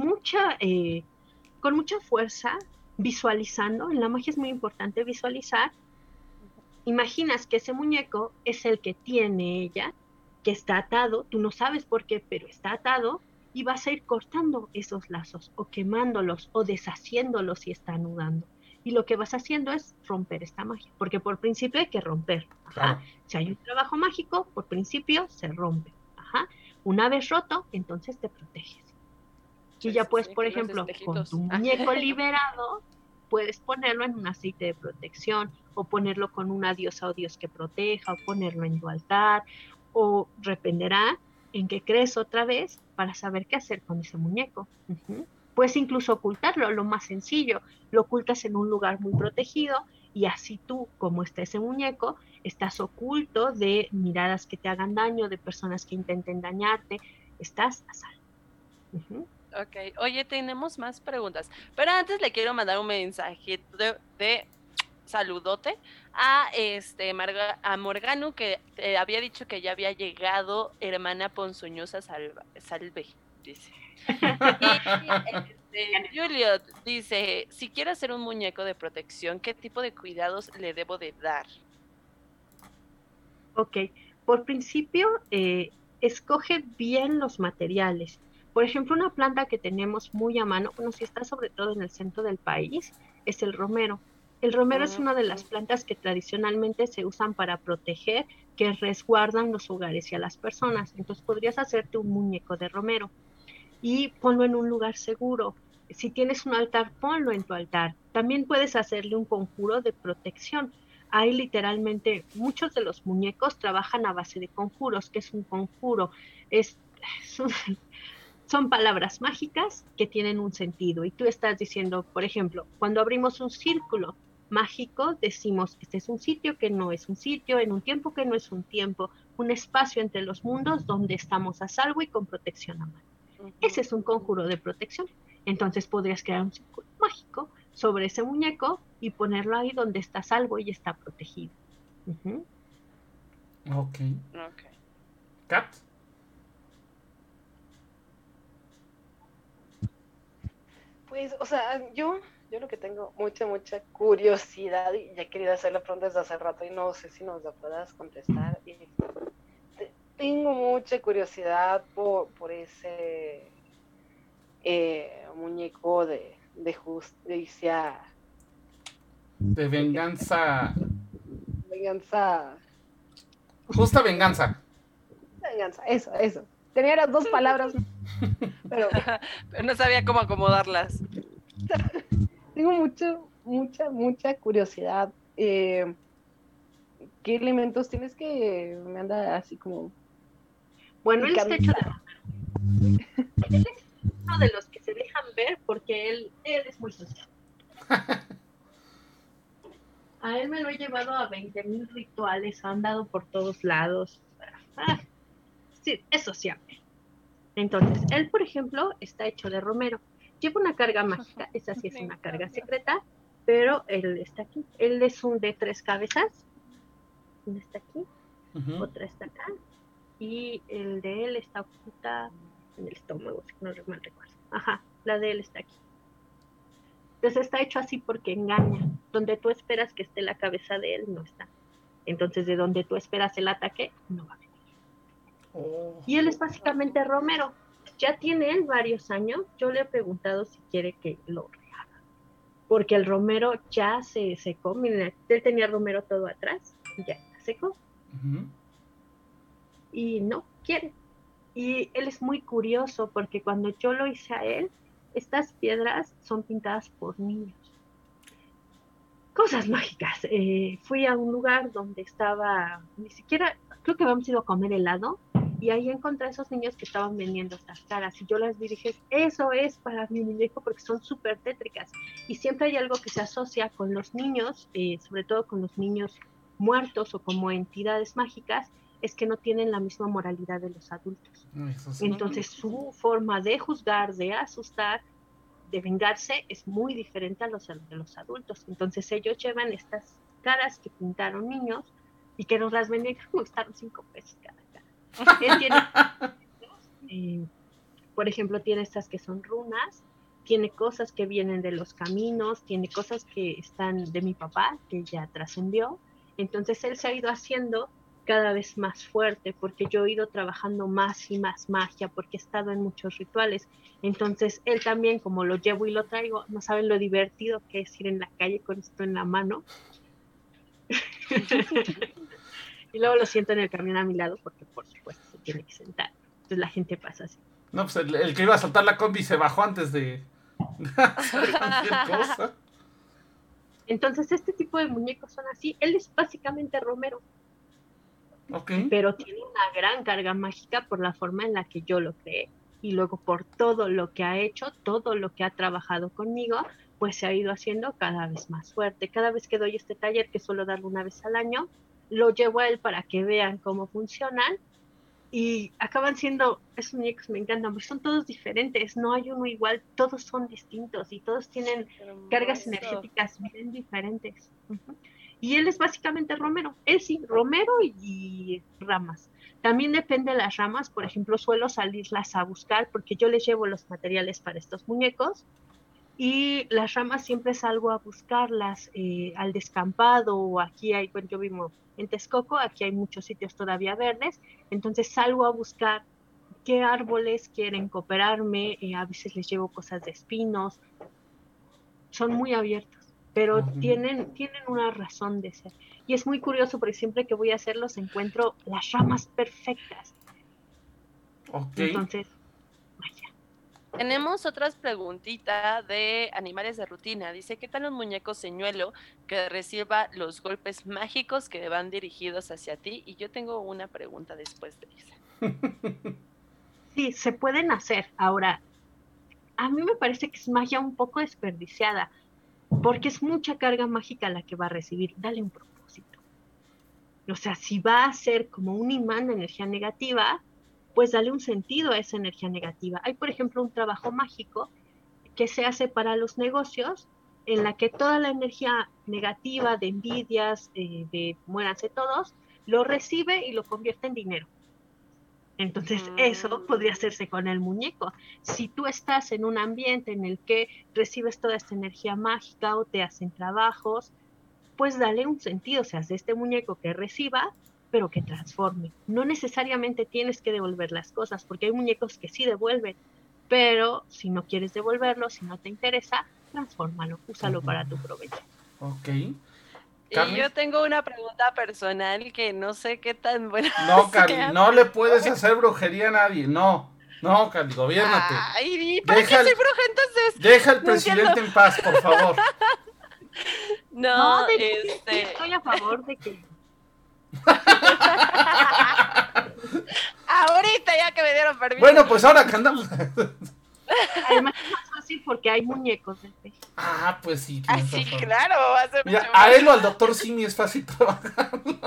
con mucha fuerza, visualizando. En la magia es muy importante visualizar. Imaginas que ese muñeco es el que tiene ella, que está atado, tú no sabes por qué, pero está atado, y vas a ir cortando esos lazos, o quemándolos, o deshaciéndolos si está anudando. Y lo que vas haciendo es romper esta magia, porque por principio hay que romper. Ajá. Claro. Si hay un trabajo mágico, por principio se rompe. Ajá. Una vez roto, entonces te proteges. Y ya puedes, por ejemplo, con tu muñeco liberado, puedes ponerlo en un aceite de protección, o ponerlo con una diosa o dios que proteja, o ponerlo en tu altar, o dependerá en qué crees otra vez para saber qué hacer con ese muñeco. Puedes incluso ocultarlo, lo más sencillo, lo ocultas en un lugar muy protegido y así tú, como está ese muñeco, estás oculto de miradas que te hagan daño, de personas que intenten dañarte, estás a salvo. Ok, oye, tenemos más preguntas, pero antes le quiero mandar un mensaje de saludote a a Morgano, que había dicho que ya había llegado, hermana ponzoñosa salve, dice. Y Juliet dice, si quiero hacer un muñeco de protección, ¿qué tipo de cuidados le debo de dar? Ok, por principio, escoge bien los materiales. Por ejemplo, una planta que tenemos muy a mano, bueno, si está sobre todo en el centro del país, es el romero. El romero es una de las plantas que tradicionalmente se usan para proteger, que resguardan los hogares y a las personas. Entonces podrías hacerte un muñeco de romero y ponlo en un lugar seguro. Si tienes un altar, ponlo en tu altar. También puedes hacerle un conjuro de protección. Hay literalmente, muchos de los muñecos trabajan a base de conjuros. ¿Qué es un conjuro? Son palabras mágicas que tienen un sentido. Y tú estás diciendo, por ejemplo, cuando abrimos un círculo mágico, decimos, este es un sitio que no es un sitio, en un tiempo que no es un tiempo, un espacio entre los mundos donde estamos a salvo y con protección a mano. Ese es un conjuro de protección. Entonces podrías crear un círculo mágico sobre ese muñeco y ponerlo ahí donde está a salvo y está protegido. Ok. Kat. Pues, o sea, yo lo que tengo mucha curiosidad, y ya he querido hacer la pregunta desde hace rato y no sé si nos la puedas contestar. Y tengo mucha curiosidad por ese muñeco de justicia. De venganza. Venganza. Justa venganza. Venganza, eso. Tenía las dos palabras, pero no sabía cómo acomodarlas. Tengo mucha curiosidad. ¿Qué elementos tienes que me anda así como? Bueno, él está hecho de él es uno de los que se dejan ver porque él es muy social. A él me lo he llevado a 20,000 rituales, ha andado por todos lados. Sí, es sociable. Entonces, él, por ejemplo, está hecho de romero. Lleva una carga mágica, esa sí es una carga secreta, pero él está aquí. Él es un de 3 cabezas. Una está aquí, otra está acá, y el de él está oculta en el estómago, si no mal recuerdo. Ajá, la de él está aquí. Entonces está hecho así porque engaña. Donde tú esperas que esté la cabeza de él, no está. Entonces, de donde tú esperas el ataque, no va a venir. Y él es básicamente romero. Ya tiene él varios años. Yo le he preguntado si quiere que lo rehaga. Porque el romero ya se secó. Miren, él tenía romero todo atrás y ya está seco. Ujú. Y no quiere. Y él es muy curioso porque cuando yo lo hice a él, estas piedras son pintadas por niños. Cosas mágicas. Fui a un lugar donde estaba, ni siquiera, creo que habíamos ido a comer helado, y ahí encontré a esos niños que estaban vendiendo estas caras. Y yo las vi y dije, eso es para mi muñeco porque son súper tétricas. Y siempre hay algo que se asocia con los niños, sobre todo con los niños muertos o como entidades mágicas, es que no tienen la misma moralidad de los adultos. Eso sí. Entonces su forma de juzgar, de asustar, de vengarse es muy diferente a los de los adultos. Entonces ellos llevan estas caras que pintaron niños y que nos las venden, como costaron 5 pesos cada cara. Él tiene, por ejemplo, tiene estas que son runas, tiene cosas que vienen de los caminos, tiene cosas que están de mi papá, que ya trascendió. Entonces él se ha ido haciendo cada vez más fuerte, porque yo he ido trabajando más y más magia, porque he estado en muchos rituales. Entonces él también, como lo llevo y lo traigo, no saben lo divertido que es ir en la calle con esto en la mano. Y luego lo siento en el camión a mi lado, porque por supuesto se tiene que sentar. Entonces la gente pasa así. No, pues el que iba a saltar la combi se bajó antes de hacer cualquier cosa. Entonces este tipo de muñecos son así. Él es básicamente Romero. Ok. Pero tiene una gran carga mágica por la forma en la que yo lo creé y luego por todo lo que ha hecho, todo lo que ha trabajado conmigo, pues se ha ido haciendo cada vez más fuerte. Cada vez que doy este taller, que suelo darlo una vez al año, lo llevo a él para que vean cómo funcionan y acaban siendo, esos muñecos me encantan, porque son todos diferentes, no hay uno igual, todos son distintos y todos tienen cargas energéticas bien diferentes. Uh-huh. Y él es básicamente Romero. Él sí, Romero y ramas. También depende de las ramas. Por ejemplo, suelo salirlas a buscar porque yo les llevo los materiales para estos muñecos. Y las ramas siempre salgo a buscarlas al descampado o aquí hay, bueno, yo vivo en Texcoco, aquí hay muchos sitios todavía verdes. Entonces salgo a buscar qué árboles quieren cooperarme. A veces les llevo cosas de espinos. Son muy abiertos, pero tienen una razón de ser. Y es muy curioso porque siempre que voy a hacerlos encuentro las ramas perfectas. Okay. Entonces, vaya. Tenemos otras preguntitas de animales de rutina. Dice, ¿qué tal un muñeco señuelo que reciba los golpes mágicos que van dirigidos hacia ti? Y yo tengo una pregunta después de esa. Sí, se pueden hacer. Ahora, a mí me parece que es magia un poco desperdiciada, porque es mucha carga mágica la que va a recibir. Dale un propósito. O sea, si va a ser como un imán de energía negativa, pues dale un sentido a esa energía negativa. Hay, por ejemplo, un trabajo mágico que se hace para los negocios, en la que toda la energía negativa de envidias, de muéranse todos, lo recibe y lo convierte en dinero. Entonces eso podría hacerse con el muñeco. Si tú estás en un ambiente en el que recibes toda esta energía mágica o te hacen trabajos, pues dale un sentido, o sea, de este muñeco que reciba, pero que transforme. No necesariamente tienes que devolver las cosas, porque hay muñecos que sí devuelven, pero si no quieres devolverlo, si no te interesa, transfórmalo, úsalo para tu provecho. Ok. Y yo tengo una pregunta personal que no sé qué tan buena. No, Cali, no le puedes hacer brujería a nadie. No, Cali, gobiérnate. Ay, ¿para qué soy bruja entonces? Deja al presidente en paz, por favor. No, estoy a favor de que... Ahorita ya que me dieron permiso. Bueno, pues ahora que andamos. Además es más fácil porque hay muñecos de fe. Ah, pues sí. Sí, claro, va a ser. Mira, a él o al doctor Simi es fácil trabajarlo.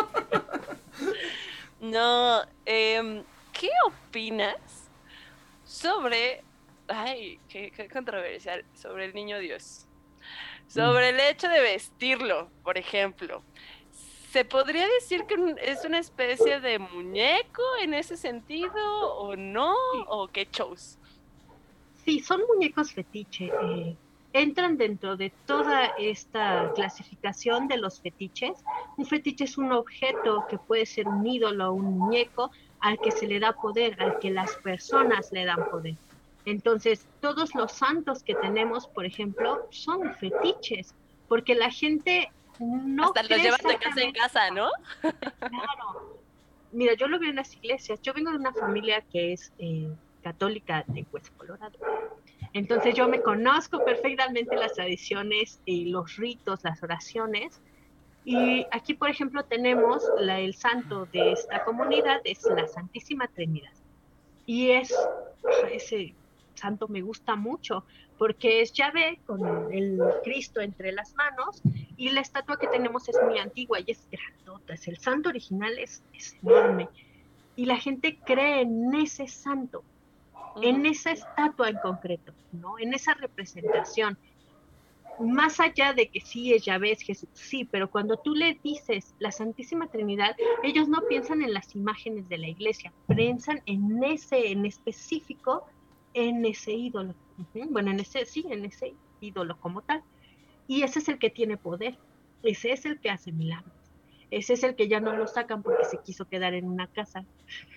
No, ¿qué opinas sobre... Ay, qué controversial, sobre el niño Dios? Sobre el hecho de vestirlo, por ejemplo. ¿Se podría decir que es una especie de muñeco en ese sentido o no? ¿O qué shows? Sí, son muñecos fetiche. Entran dentro de toda esta clasificación de los fetiches. Un fetiche es un objeto que puede ser un ídolo o un muñeco al que se le da poder, al que las personas le dan poder. Entonces, todos los santos que tenemos, por ejemplo, son fetiches, porque la gente no Hasta los cree llevan de casa en exactamente. casa, ¿no? Claro. Mira, yo lo veo en las iglesias. Yo vengo de una familia que es católica de Hueso Colorado. Entonces yo me conozco perfectamente las tradiciones, los ritos, las oraciones. Y aquí, por ejemplo, tenemos el santo de esta comunidad, es la Santísima Trinidad. Y ese santo me gusta mucho, porque es Yahvé con el Cristo entre las manos, y la estatua que tenemos es muy antigua y es grandota. El santo original es enorme. Y la gente cree en ese santo, en esa estatua en concreto, ¿no? En esa representación. Más allá de que sí es Yahvé, es Jesús, sí, pero cuando tú le dices la Santísima Trinidad, ellos no piensan en las imágenes de la iglesia, piensan en específico, en ese ídolo. Bueno, en ese ídolo como tal. Y ese es el que tiene poder, ese es el que hace milagros, ese es el que ya no lo sacan porque se quiso quedar en una casa.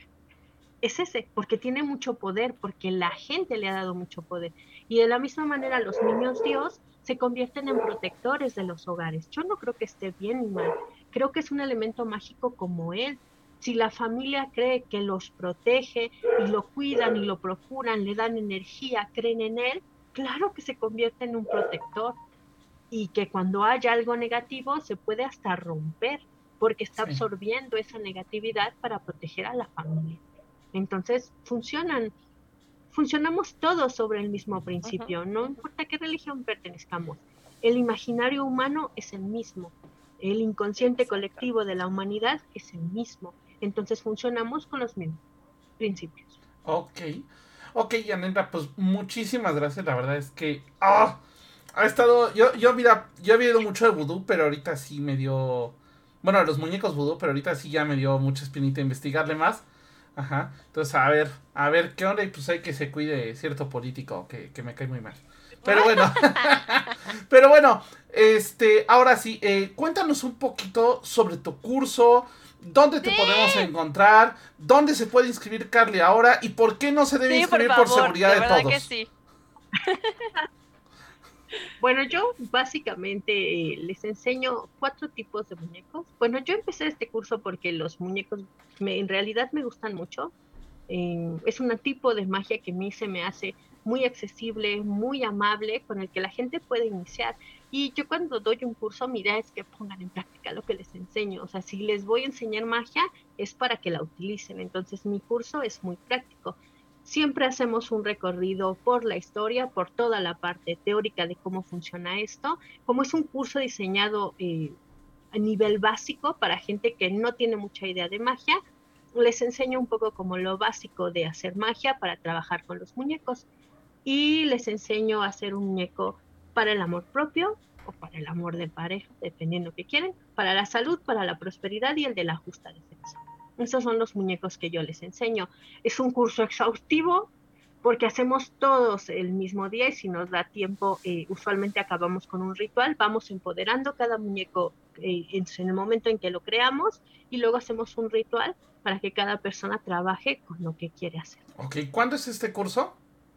Es ese, porque tiene mucho poder, porque la gente le ha dado mucho poder. Y de la misma manera los niños Dios se convierten en protectores de los hogares. Yo no creo que esté bien ni mal, creo que es un elemento mágico como él. Si la familia cree que los protege y lo cuidan y lo procuran, le dan energía, creen en él, claro que se convierte en un protector y que cuando haya algo negativo se puede hasta romper porque está Sí. absorbiendo esa negatividad para proteger a la familia. Entonces funcionamos todos sobre el mismo principio, no importa qué religión pertenezcamos. El imaginario humano es el mismo, el inconsciente colectivo de la humanidad es el mismo. Entonces funcionamos con los mismos principios. Ok, Yanendra, pues muchísimas gracias. La verdad es que ha estado. Mira, yo había ido mucho de vudú, pero ahorita sí me dio. Bueno, los muñecos vudú, pero ahorita sí ya me dio mucha espinita investigarle más. Ajá. Entonces, a ver qué onda. Y pues hay que se cuide cierto político que me cae muy mal. Pero bueno. Pero bueno, ahora sí, cuéntanos un poquito sobre tu curso. ¿Dónde te podemos encontrar? ¿Dónde se puede inscribir Carly ahora? ¿Y por qué no se debe Sí, por inscribir por favor, seguridad de de verdad todos? que sí. Bueno, yo básicamente les enseño 4 tipos de muñecos. Bueno, yo empecé este curso porque los muñecos en realidad me gustan mucho. Es un tipo de magia que a mí se me hace muy accesible, muy amable, con el que la gente puede iniciar. Y yo cuando doy un curso, mi idea es que pongan en práctica lo que les enseño. O sea, si les voy a enseñar magia, es para que la utilicen. Entonces, mi curso es muy práctico. Siempre hacemos un recorrido por la historia, por toda la parte teórica de cómo funciona esto. Como es un curso diseñado a nivel básico para gente que no tiene mucha idea de magia, les enseño un poco como lo básico de hacer magia para trabajar con los muñecos y les enseño a hacer un muñeco para el amor propio o para el amor de pareja, dependiendo que quieren, para la salud, para la prosperidad y el de la justa defensa. Esos son los muñecos que yo les enseño. Es un curso exhaustivo porque hacemos todos el mismo día y si nos da tiempo, usualmente acabamos con un ritual, vamos empoderando cada muñeco en el momento en que lo creamos y luego hacemos un ritual para que cada persona trabaje con lo que quiere hacer. Ok, ¿cuándo es este curso?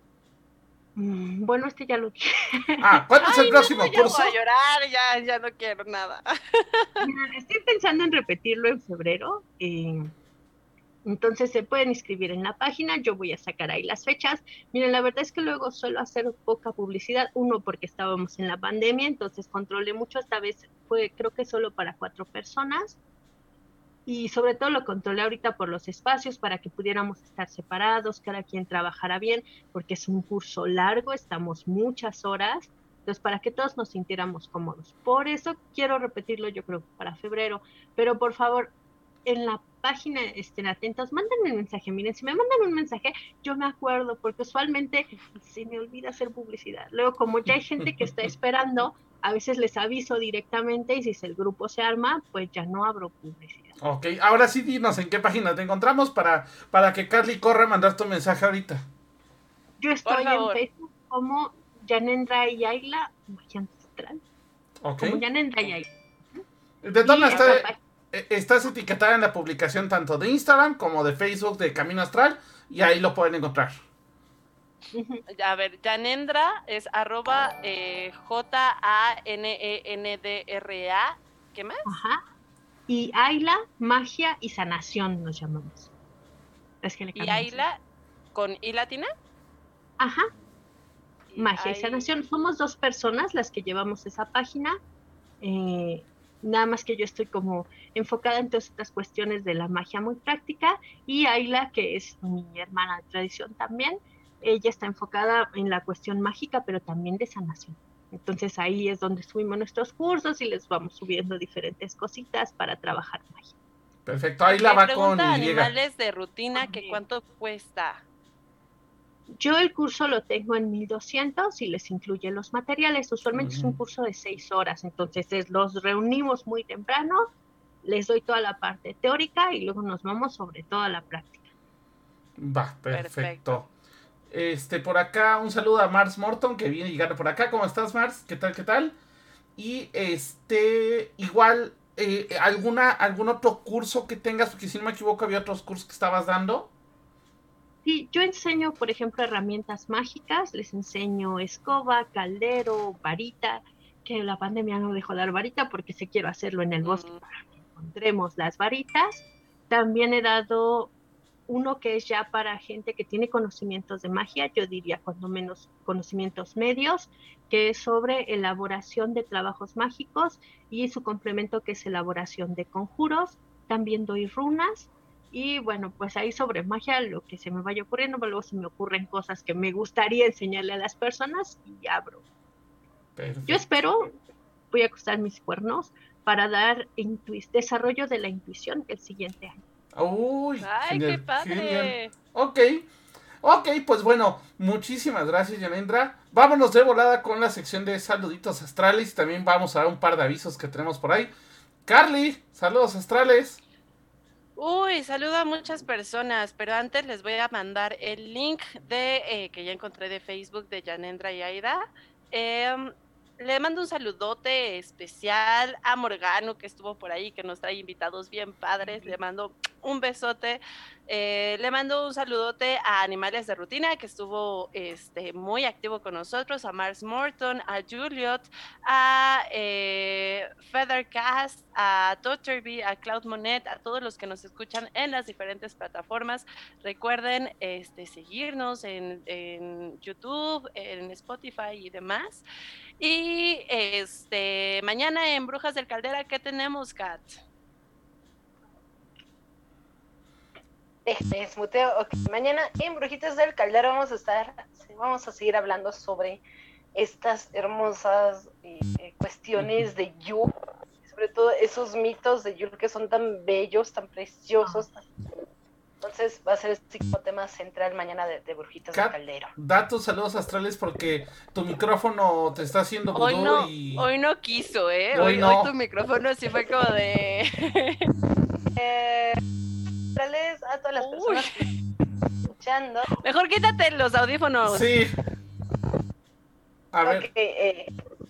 Bueno, ya lo dije. ¿Cuándo es el Ay, próximo no, ya curso? voy a llorar, ya no quiero nada. Mira, estoy pensando en repetirlo en febrero. Entonces se pueden inscribir en la página, yo voy a sacar ahí las fechas. Miren, la verdad es que luego suelo hacer poca publicidad, uno porque estábamos en la pandemia, entonces controlé mucho, esta vez fue creo que solo para 4 personas y sobre todo lo controlé ahorita por los espacios para que pudiéramos estar separados, cada quien trabajara bien, porque es un curso largo, estamos muchas horas, entonces para que todos nos sintiéramos cómodos. Por eso quiero repetirlo yo creo para febrero, pero por favor, en la página estén atentos, mándenme un mensaje, miren, si me mandan un mensaje, yo me acuerdo, porque usualmente se me olvida hacer publicidad. Luego, como ya hay gente que está esperando, a veces les aviso directamente y si el grupo se arma, pues ya no abro publicidad. Ok, ahora sí dinos en qué página te encontramos para que Carly corra a mandar tu mensaje ahorita. Yo estoy en Facebook como Yanendra y Ayla, magia ancestral. Ok. Como Yanendra y Ayla. De todas estás etiquetada en la publicación tanto de Instagram como de Facebook de Camino Astral y ahí lo pueden encontrar. A ver, Yanendra es @JANENDRA ¿Qué más? Ajá. Y Ayla, magia y sanación nos llamamos. Es que le Y cambiamos. Ayla, ¿con I latina? Ajá. Y Magia y Ay- sanación. Somos 2 personas las que llevamos esa página. Nada más que yo estoy como enfocada en todas estas cuestiones de la magia muy práctica. Y Ayla, que es mi hermana de tradición también, ella está enfocada en la cuestión mágica, pero también de sanación. Entonces ahí es donde subimos nuestros cursos y les vamos subiendo diferentes cositas para trabajar magia. Perfecto, ahí la Me va con pregunta Y. animales de rutina, que cuánto cuesta. Yo el curso lo tengo en 1200 y les incluye los materiales. Usualmente es un curso de 6 horas, entonces los reunimos muy temprano, les doy toda la parte teórica y luego nos vamos sobre toda la práctica. Va, perfecto. Perfecto. Por acá un saludo a Mars Morton, que viene llegando por acá. ¿Cómo estás, Mars? ¿Qué tal, qué tal? Y igual, algún otro curso que tengas, porque si no me equivoco había otros cursos que estabas dando. Sí, yo enseño, por ejemplo, herramientas mágicas, les enseño escoba, caldero, varita, que la pandemia no dejó dar varita porque se quiero hacerlo en el bosque para que encontremos las varitas. También he dado uno que es ya para gente que tiene conocimientos de magia, yo diría cuando menos conocimientos medios, que es sobre elaboración de trabajos mágicos y su complemento que es elaboración de conjuros. También doy runas. Y bueno, pues ahí sobre magia, lo que se me vaya ocurriendo, luego se me ocurren cosas que me gustaría enseñarle a las personas y abro. Perfecto. Yo espero, voy a acostar mis cuernos para dar desarrollo de la intuición el siguiente año. Uy, ¡Ay, genial, qué padre! genial. Ok, pues bueno, muchísimas gracias, Yanendra. Vámonos de volada con la sección de saluditos astrales y también vamos a dar un par de avisos que tenemos por ahí. Carly, saludos astrales. Uy, saludo a muchas personas, pero antes les voy a mandar el link que ya encontré de Facebook de Yanendra y Aida. Le mando un saludote especial a Morgano, que estuvo por ahí, que nos trae invitados bien padres. Le mando un besote. Le mando un saludote a Animales de Rutina, que estuvo muy activo con nosotros, a Mars Morton, a Juliet, a Feathercast, a Totterby, a Cloud Monet, a todos los que nos escuchan en las diferentes plataformas. Recuerden seguirnos en YouTube, en Spotify y demás. Y mañana en Brujas del Caldera, ¿qué tenemos, Kat? Desmuteo. Ok, mañana en Brujitas del Caldero vamos a seguir hablando sobre estas hermosas cuestiones de Yule, sobre todo esos mitos de Yule que son tan bellos, tan preciosos. Entonces va a ser este tema central mañana de Brujitas del Caldero. Da tus saludos astrales porque tu micrófono te está haciendo vudú Hoy no quiso, ¿eh? Hoy no. Hoy tu micrófono sí fue como de... a todas las personas que están escuchando. Mejor quítate los audífonos. Sí. A ver. Okay,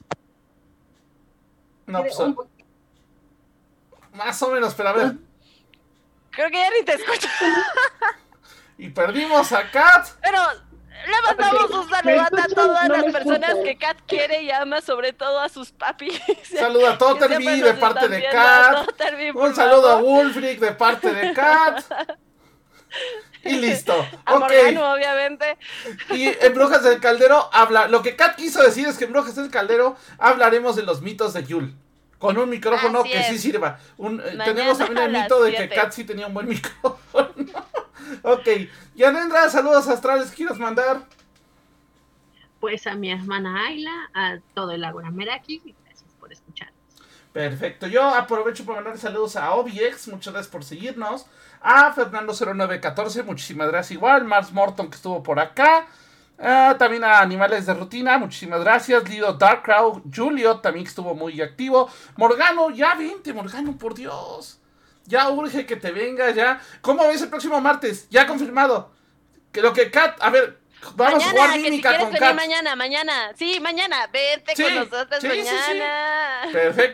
No, pues, más o menos, pero a ver. Creo que ya ni te escucho. Y perdimos a Kat. Pero le mandamos un saludo a todas las personas que Kat quiere y ama, sobre todo a sus papis. Saludo a Totterby de parte de Kat. Un saludo a Wolfric de parte de Kat. Y listo. A Morgano, obviamente. Y en Brujas del Caldero lo que Kat quiso decir es que en Brujas del Caldero hablaremos de los mitos de Yule. Con un micrófono que sí sirva. Tenemos también el mito de que Kat sí tenía un buen micrófono. Ok. Yanendra, saludos astrales. ¿Quieres mandar? Pues a mi hermana Ayla, a todo el Ágora Meraki, y gracias por escucharnos. Perfecto. Yo aprovecho para mandar saludos a OBX. Muchas gracias por seguirnos. A Fernando0914. Muchísimas gracias igual. Mars Morton que estuvo por acá. También a Animales de Rutina, muchísimas gracias. Lido Darkrow, Julio también estuvo muy activo. Morgano, ya vente, Morgano, por Dios. Ya urge que te venga, ya. ¿Cómo ves el próximo martes? Ya confirmado. Que lo que Kat, a ver, vamos mañana, a jugar mímica si con Kat. Mañana. Sí, mañana, vente con nosotros mañana. Sí. Perfecto.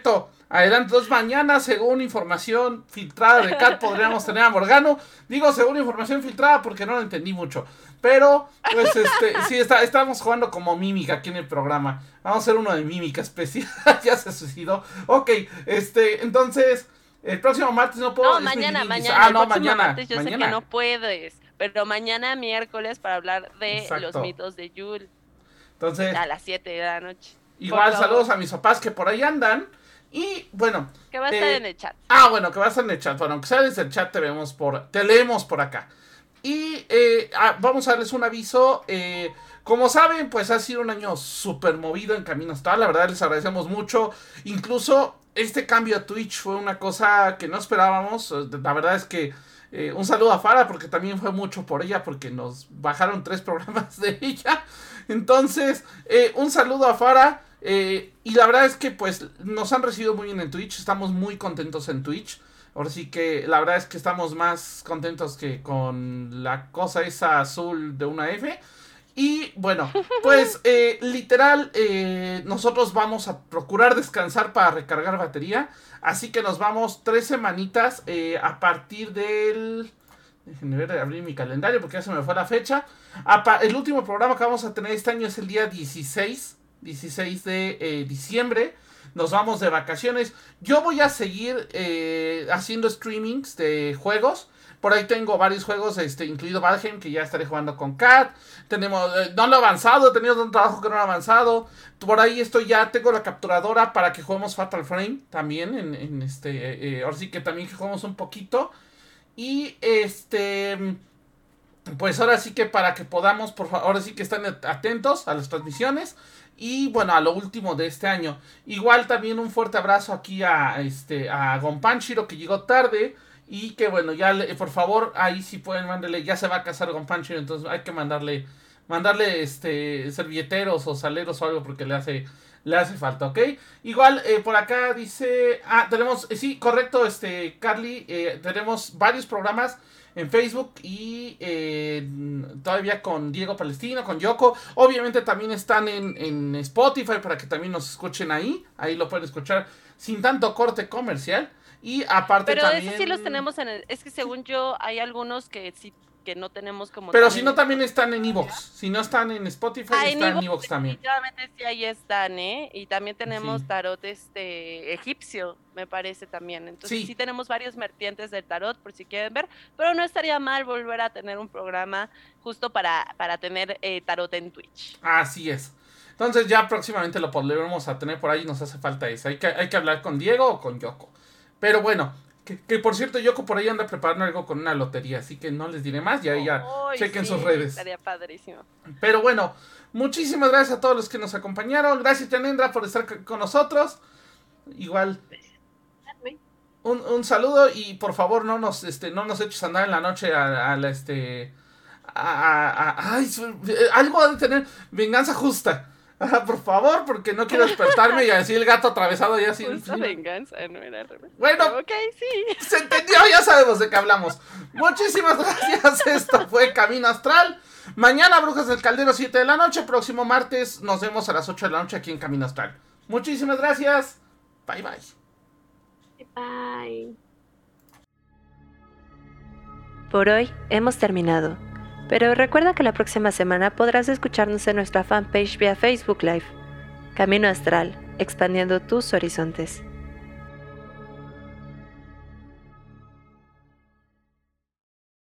Adelante, entonces mañana, según información filtrada de Kat, podríamos tener a Morgano. Digo según información filtrada porque no lo entendí mucho. Pero, pues, sí, estamos jugando como mímica aquí en el programa. Vamos a hacer uno de mímica especial. Ya se suicidó. Ok, entonces, el próximo martes no puedo. No, mañana. No, mañana. Martes yo sé que no puedes, pero mañana miércoles para hablar de Exacto. los mitos de Yule. Entonces, A las 7 de la noche. igual saludos a mis papás que por ahí andan. Y bueno. Que va a estar en el chat. Bueno, que va a estar en el chat. Bueno, aunque sea desde el chat, te leemos por acá. Y vamos a darles un aviso. Como saben, pues ha sido un año súper movido en Camino Astral. La verdad, les agradecemos mucho. Incluso este cambio a Twitch fue una cosa que no esperábamos. La verdad es que un saludo a Farah, porque también fue mucho por ella, porque nos bajaron 3 programas de ella. Entonces, un saludo a Farah. Y la verdad es que pues nos han recibido muy bien en Twitch. Estamos muy contentos en Twitch. Ahora sí que la verdad es que estamos más contentos que con la cosa esa azul de una F. Y bueno, pues literal, nosotros vamos a procurar descansar para recargar batería. Así que nos vamos 3 semanitas a partir del... Déjenme ver, abrir mi calendario porque ya se me fue la fecha. El último programa que vamos a tener este año es el día 16 de diciembre. Nos vamos de vacaciones. Yo voy a seguir haciendo streamings de juegos. Por ahí tengo varios juegos, incluido Valheim, que ya estaré jugando con Kat. Tenemos, no lo he avanzado, he tenido un trabajo que no lo he avanzado. Por ahí tengo la capturadora para que juguemos Fatal Frame también. Ahora sí que también que juguemos un poquito. Y pues ahora sí que para que podamos, por favor, ahora sí que estén atentos a las transmisiones. Y bueno, a lo último de este año. Igual también un fuerte abrazo aquí a Gonpanchiro, que llegó tarde. Y que bueno, ya por favor, ahí sí pueden mandarle, ya se va a casar Gonpanchiro, entonces hay que mandarle servilleteros o saleros o algo porque le hace falta, ¿ok? Igual, por acá dice, tenemos, sí, correcto, Carly, tenemos varios programas en Facebook y todavía con Diego Palestino, con Yoko. Obviamente también están en Spotify para que también nos escuchen ahí lo pueden escuchar sin tanto corte comercial. Y aparte pero también... esos sí los tenemos es que según yo hay algunos que sí que no tenemos como... Pero si no también están en iVoox. Si no están en Spotify, están en iVoox también. Definitivamente sí, ahí están, Y también tenemos tarot egipcio, me parece también. Entonces sí tenemos varios vertientes del tarot, por si quieren ver. Pero no estaría mal volver a tener un programa justo para tener tarot en Twitch. Así es. Entonces ya próximamente lo podremos a tener por ahí, nos hace falta eso. Hay que hablar con Diego o con Yoko. Pero bueno, que por cierto, Yoko por ahí anda preparando algo con una lotería, así que no les diré más, ya chequen sus redes. Estaría padrísimo. Pero bueno, muchísimas gracias a todos los que nos acompañaron. Gracias, Yanendra, por estar con nosotros. Igual, un saludo y por favor no nos eches a andar en la noche algo ha de tener venganza justa. Por favor, porque no quiero despertarme y así el gato atravesado ya sin... venganza, no era al revés. Bueno, ok, sí. Se entendió, ya sabemos de qué hablamos. Muchísimas gracias, esto fue Camino Astral. Mañana Brujas del Caldero 7 de la noche, próximo martes nos vemos a las 8 de la noche aquí en Camino Astral. Muchísimas gracias, bye bye. Bye. Por hoy hemos terminado. Pero recuerda que la próxima semana podrás escucharnos en nuestra fanpage vía Facebook Live. Camino Astral, expandiendo tus horizontes.